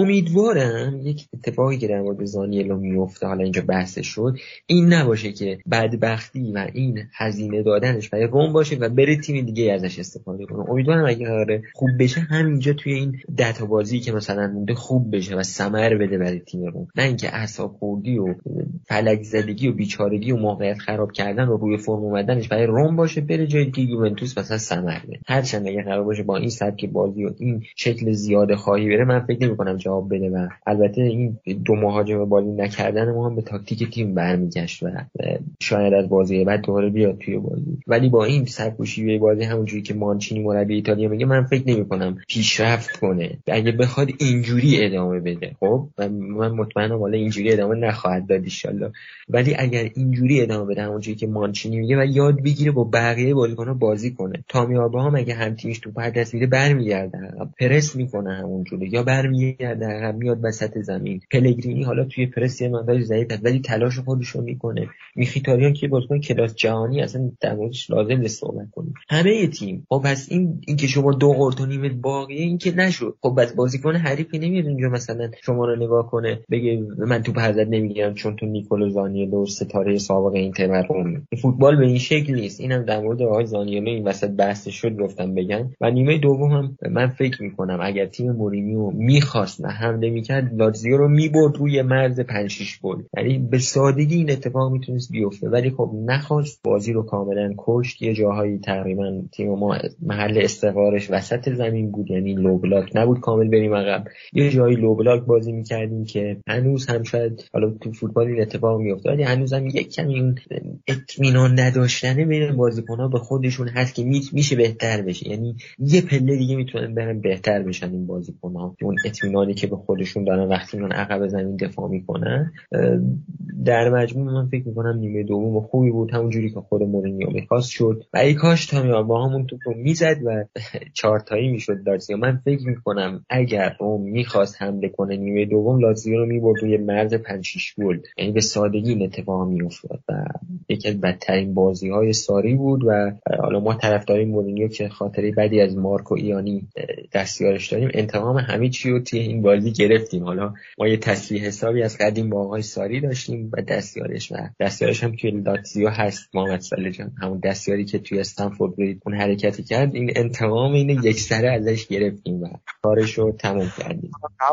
امیدوارم یک اتفاقی که در مورد زانیلو میفته، حالا اینجا بحث شد، این نباشه که بدبختی و این هزینه دادنش برای روم باشه و بره تیم دیگه ازش استفاده کنه. امیدوارم اگه قراره خوب بشه همینجا توی این 10 تا بازی که مثلا مونده خوب بشه و ثمر بده برای تیم روم، نه اینکه اعصاب خوردی و فلک زدگی و بیچارگی و موقعیت خراب کردن و روی فرم اومدنش برای روم باشه بره جای دیگه یوونتوس مثلا ثمر بده. هرچند اگه قرار باشه با این سبک بازی و این شکل زیاده خواهی بره، من فکر نمی‌کنم جواب بده و البته این 2 مهاجم بازی نکردن ما هم به تاکتیک تیم برمیگشت و شاید از بازی بعد دوباره بیاد توی بازی. ولی با این سبک و شیوه بازی همونجوری که مانچینی مربی ایتالیا میگه، من فکر نمی‌کنم پیشرفت کنه اگه بخواد اینجوری ادامه بده. خب من مطمئنم حالا اینجوری ادامه نخواهد داد ان شاءالله، ولی اگر اینجوری ادامه بده همونجوری که مانچینی میگه و یاد بگیره با بقیه بازیکن‌ها بازی کنه، تامی آبراهام اگه هم تیمش توپ از دست میده برمیگرده پرس میکنه همونجوری، یا برمیگرده میاد وسط زمین. پلگرینی حالا توی پرس یه مقدار ضعیفه ولی تلاش خودش رو میکنه. میخیتاریان که بازیکن کلاس جهانی اصلا در موردش لازم نیست صحبت کنیم. همه تیم خب بس این که شما 2 قرت و نیمه باقیه این که نشد. خب بس بازیکن حریفی نمیاد اونجا مثلا شما رو نگاه کنه بگه من توپ ازت نمیگیرم چون تو نیکولو زانیلو ستاره سابق اینتر روم. فوتبال به این شکل نیست. اینم در مورد آقای زانیلو این وسط بحث شد گفتم بگم. و نیمه دوم هم من فکر میکنم اگر تیم مورینیو میخواست و حمله میکرد لاتزیو رو میبرد روی مرز 5-6 گل، یعنی به سادگی این اتفاق میتونست بیفته، ولی خب نخواست، بازی رو کاملا کشت. یه جاهایی تقریبا تیم ما محل استقرارش وسط زمین بود، یعنی لو بلاک نبود کامل بریم عقب، یه جایی لو بلاک بازی میکردیم که هنوز هم شاید حالا تو فوتبال این اتفاق میفته ولی هنوز هم یک کمی اون اطمینان نداشتنه بین بازیکن‌ها بازیکن‌ها به خودشون هست که میشه بهتر بشه، یعنی یه پله دیگه میتونن برن بهتر بشن این بازیکن‌ها، اون اطمینانی که به خودشون دارن وقتی اون عقب زمین دفاع میکنن. در مجموع من فکر میکنم نیمه دوم خوبی بود، همون جوری که خود مورینیو می‌خواست شد و ای کاش تامی با همون توپ رو میزد و 4 تایی میشد لاتزیو. من فکر میکنم اگر روم میخواست حمله کنه نیمه دوم لاتزیو رو میبرد روی مرز 5-6 گل، یعنی به سادگی این اتفاق میافتاد و یکی از بدترین بازی‌های ساری بود. و حالا ما طرفدار مورینیو که خاطره بدی از مارکو ایانی دستیارش داریم، انتقام همه چی رو توی این بازی گرفتیم. حالا ما یه تصریح حسابی از قدیم با آقای ساری داشتیم و دستیارش هم توی لاتزیو هست، محمد صالح جان، همون دستیاری که توی استنفورد برید اون حرکتی کرد، این انتقام اینو یکسره ازش گرفتیم و کارشو تموم کردیم.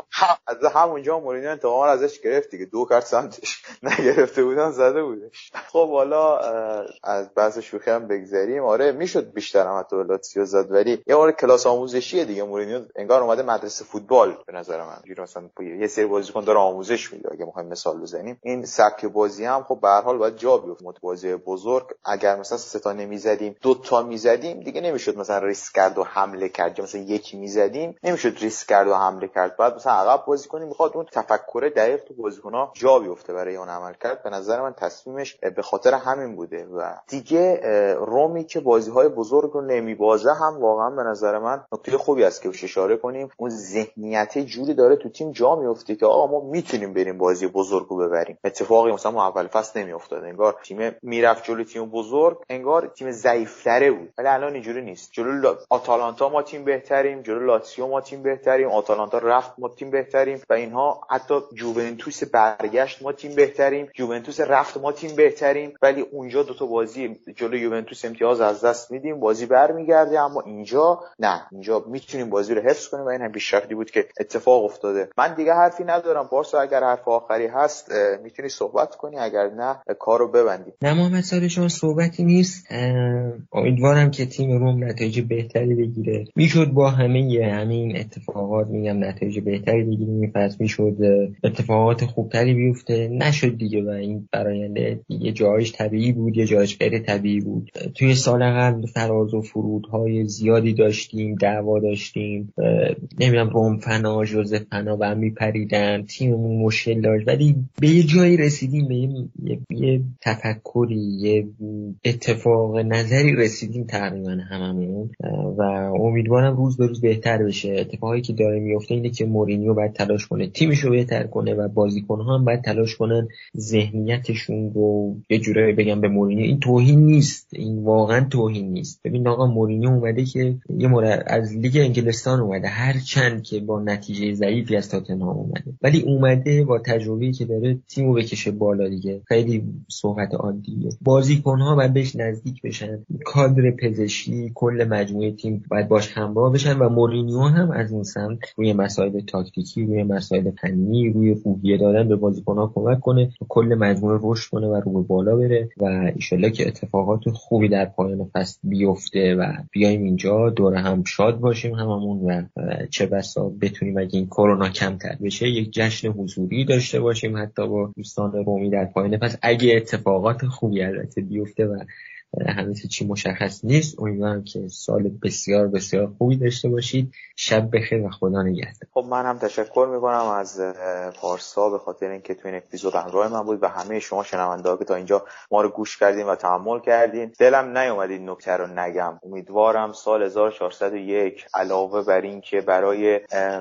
از همونجا مورینیو انتقام ازش گرفت دیگه، 2 کارت سمتش نگرفته بودن زده بودش. خب حالا از بحث شوخی هم بگذریم. آره میشد بیشتر هم حتی لاتزیو زد، ولی یه بار کلاس آموزشیه دیگه. مورینیو انگار اومده مدرسه فوتبال به نظر من، جوری مثلا یه سری بازیکن داره آموزش میده. اگه میخوایم مثال بزنیم این سبک بازی هم خب به هر حال باید جا بیفته. بازی بزرگ اگر مثلا 3 تا نمیزدیم 2 تا میزدیم دیگه نمیشد مثلا ریسک کرد و حمله کرد، مثلا یکی میزدیم نمیشد ریسک کرد و حمله کرد. بعد مثلا عقب بازی کنیم، میخواد اون تفکر دقیق تو بازیکن‌ها جا بیفته برای اون عمل کرد. به نظر من تصمیمش به خاطر همین بوده. و دیگه رومی که بازی‌های بزرگ رو نمیبازه هم واقعا به نظر من نکته خوبی است که اشاره کنیم. اون ذهنیت جوری داره تو تیم جا میفته که آقا ما میتونیم بریم بازی بزرگ رو ببریم. اتفاقی مثلا ما اول فصل نمیافتاد، انگار تیم میرفت جلوی تیم بزرگ انگار تیم ضعیف‌تره بود، ولی الان اینجوری نیست. جلوی آتالانتا ما تیم بهتریم، جلوی لاتزیو ما تیم بهتریم، آتالانتا رفت ما تیم بهتریم و اینها، حتی جوونتوس برگشت ما تیم بهتریم، جوونتوس رفت ما تیم بهتریم، ولی اونجا 2 تا بازی جلوی یوونتوس امتیاز از دست میدیم، بازی برمیگرده. اما اینجا نه، اینجا میتونیم بازی رو حفظ کنیم و این هم پیشرفتی بود که اتفاق افتاده. من دیگه حرفی ندارم. پارسا اگر حرف آخری هست میتونی صحبت کنی، اگر نه کارو ببندیم. نه محمد صالح شما صحبتی نیست. امیدوارم که تیم روم نتایج بهتری بگیره. میشد با همین اتفاقات میگم نتایج بهتری بگیریم، میفرض میشد اتفاقات خوبتری بیفته، نشد دیگه و این براینده یه جایش طبیعی بود یه جایش غیر طبیعی بود. توی سال قبل فراز و فرودهای زیادی داشتیم، دعوا داشتیم، نمیدونم روم فنا ژوزف فنا با هم میپریدن، تیممون مشکل داشت، ولی به یه جایی رسیدیم، به یه تفکری، یه اتفاق نظری رسیدیم تقریبا هممون و امیدوارم روز به روز بهتر بشه. اتفاقی که داره میفته اینه که مورینیو باید تلاش کنه تیمشو بهتر کنه و بازیکن‌ها هم باید تلاش کنن ذهنیتشون رو یه جورایی بگم به مورینیو. این توهین نیست، این واقعا توهین نیست. ببین آقا مورینیو اومده که از لیگ انگلستان اومده، هر چند که با نتیجه ضعیفی از تاتنهام اومده، ولی اومده با تجربه‌ای که داره تیمو بکشه بالا دیگه. خیلی صحبت عادیه. بازیکن‌ها باید بهش نزدیک بشن، کادر پزشکی کل مجموعه تیم باید باش همراه بشن و مورینیو هم از اون سمت روی مسائل تاکتیکی، روی مسائل فنی، روی روحیه دادن به بازیکن‌ها کمک کنه، کل مجموعه رشد کنه و رو به بالا بره و ان شاءالله که اتفاقات خوبی در پایان فصل بیفته و بیایم اینجا دور هم شاد باشیم هممون و چه بسا بتونیم اگه این کرونا کمتر بشه یک جشن حضوری داشته باشیم حتی با دوستان رومی در پایان فصل، اگه اتفاقات خوبی البته بیفته و همیشه چی مشخص نیست. امیدوارم که سال بسیار بسیار خوبی داشته باشید. شب بخیر و خدا نگهدار. خب من هم تشکر میکنم از پارسا به خاطر اینکه تو این اپیزود همراه من بود و همه شما شنونده‌ها که تا اینجا ما رو گوش کردین و تحمل کردین. دلم نیومد این نکته رو نگم. امیدوارم سال 1401 علاوه بر این که برای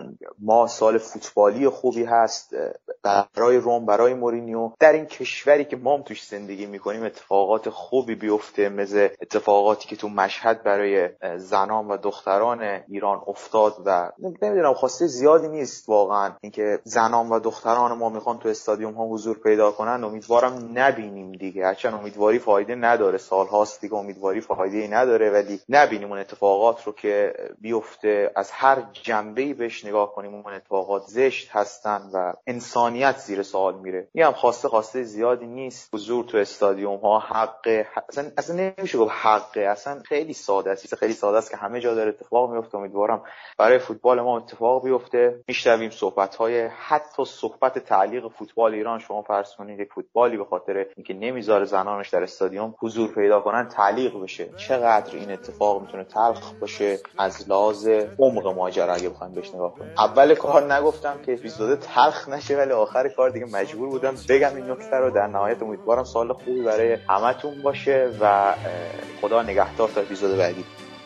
ما سال فوتبالی خوبی هست، برای روم، برای مورینیو، در این کشوری که ما هم توش زندگی میکنیم اتفاقات خوبی بیفته، مثل اتفاقاتی که تو مشهد برای زنان و دختران ایران افتاد و نمیدونم خواسته زیادی نیست واقعا اینکه زنان و دختران ما میخوان تو استادیوم ها حضور پیدا کنن. امیدوارم نبینیم دیگه، هرچند امیدواری فایده نداره، سالهاست دیگه امیدواری فایده‌ای نداره، ولی نبینیم اون اتفاقات رو که بیفته. از هر جنبه‌ای بهش نگاه کنیم اون اتفاقات زشت هستن و انسانیت زیر سوال میره. میگم خواسته زیادی نیست. حضور تو استادیوم ها حق، اصلا نمیشه گفت حقه، اصلا خیلی ساده است، خیلی ساده است که همه جا داره اتفاق میفته. امیدوارم برای فوتبال ما اتفاق بیفته. میشنویم صحبت‌های حتی صحبت تعلیق فوتبال ایران. شما فرض کنید یک فوتبالی به خاطر اینکه نمیذاره زنانش در استادیوم حضور پیدا کنن تعلیق بشه، چقدر این اتفاق میتونه تلخ باشه از لحاظ عمق ماجرا اگه بخوایم بهش نگاه کنیم. اول کار نگفتم که اپیزود تلخ نشه، ولی آخر کار دیگه مجبور بودم بگم این نکته رو. در نهایت امیدوارم سال خوبی برای همتون باشه و خدا نگهدار تا اپیزود بعدی.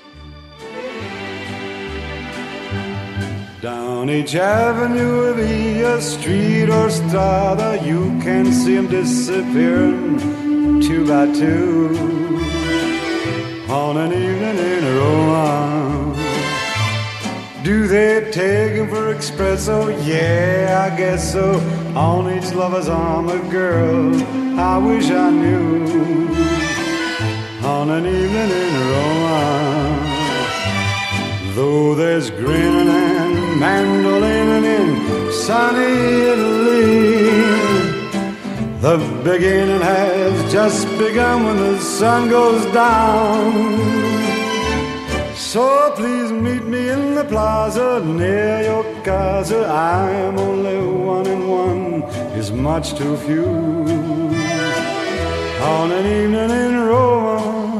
Down each avenue of a street or strada, you can see them disappearing two by two on an evening in Roma. Do they take him for espresso? Yeah, I guess so. On each lover's arm a girl I wish I knew on an evening in Roma. Though there's grinning and mandolining in sunny Italy, the beginning has just begun when the sun goes down. So please meet me in the plaza near your casa. I am only one and one is much too few. On an evening in Roma,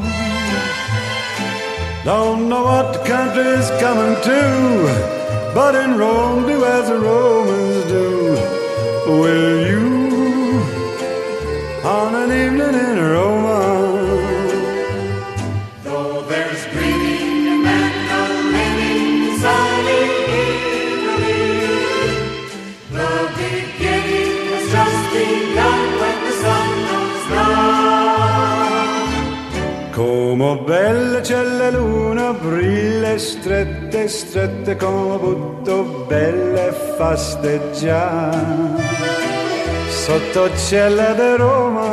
don't know what the country's coming to, but in Rome do as the Romans do. Will you? On an evening in Roma, though there's greeting and mandolining in sunny Italy, the beginning has just begun when the sun goes down. Come belle c'è la luna, brille strette, strette come butto belle fasteggiare sotto cielo di Roma.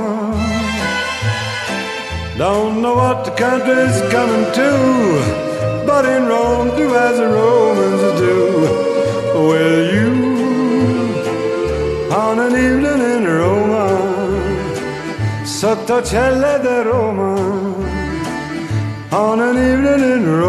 Don't know what the country's coming to, but in Rome do as the Romans do. Will you? On an evening in Roma, sotto cielo di Roma, on an evening in Roma.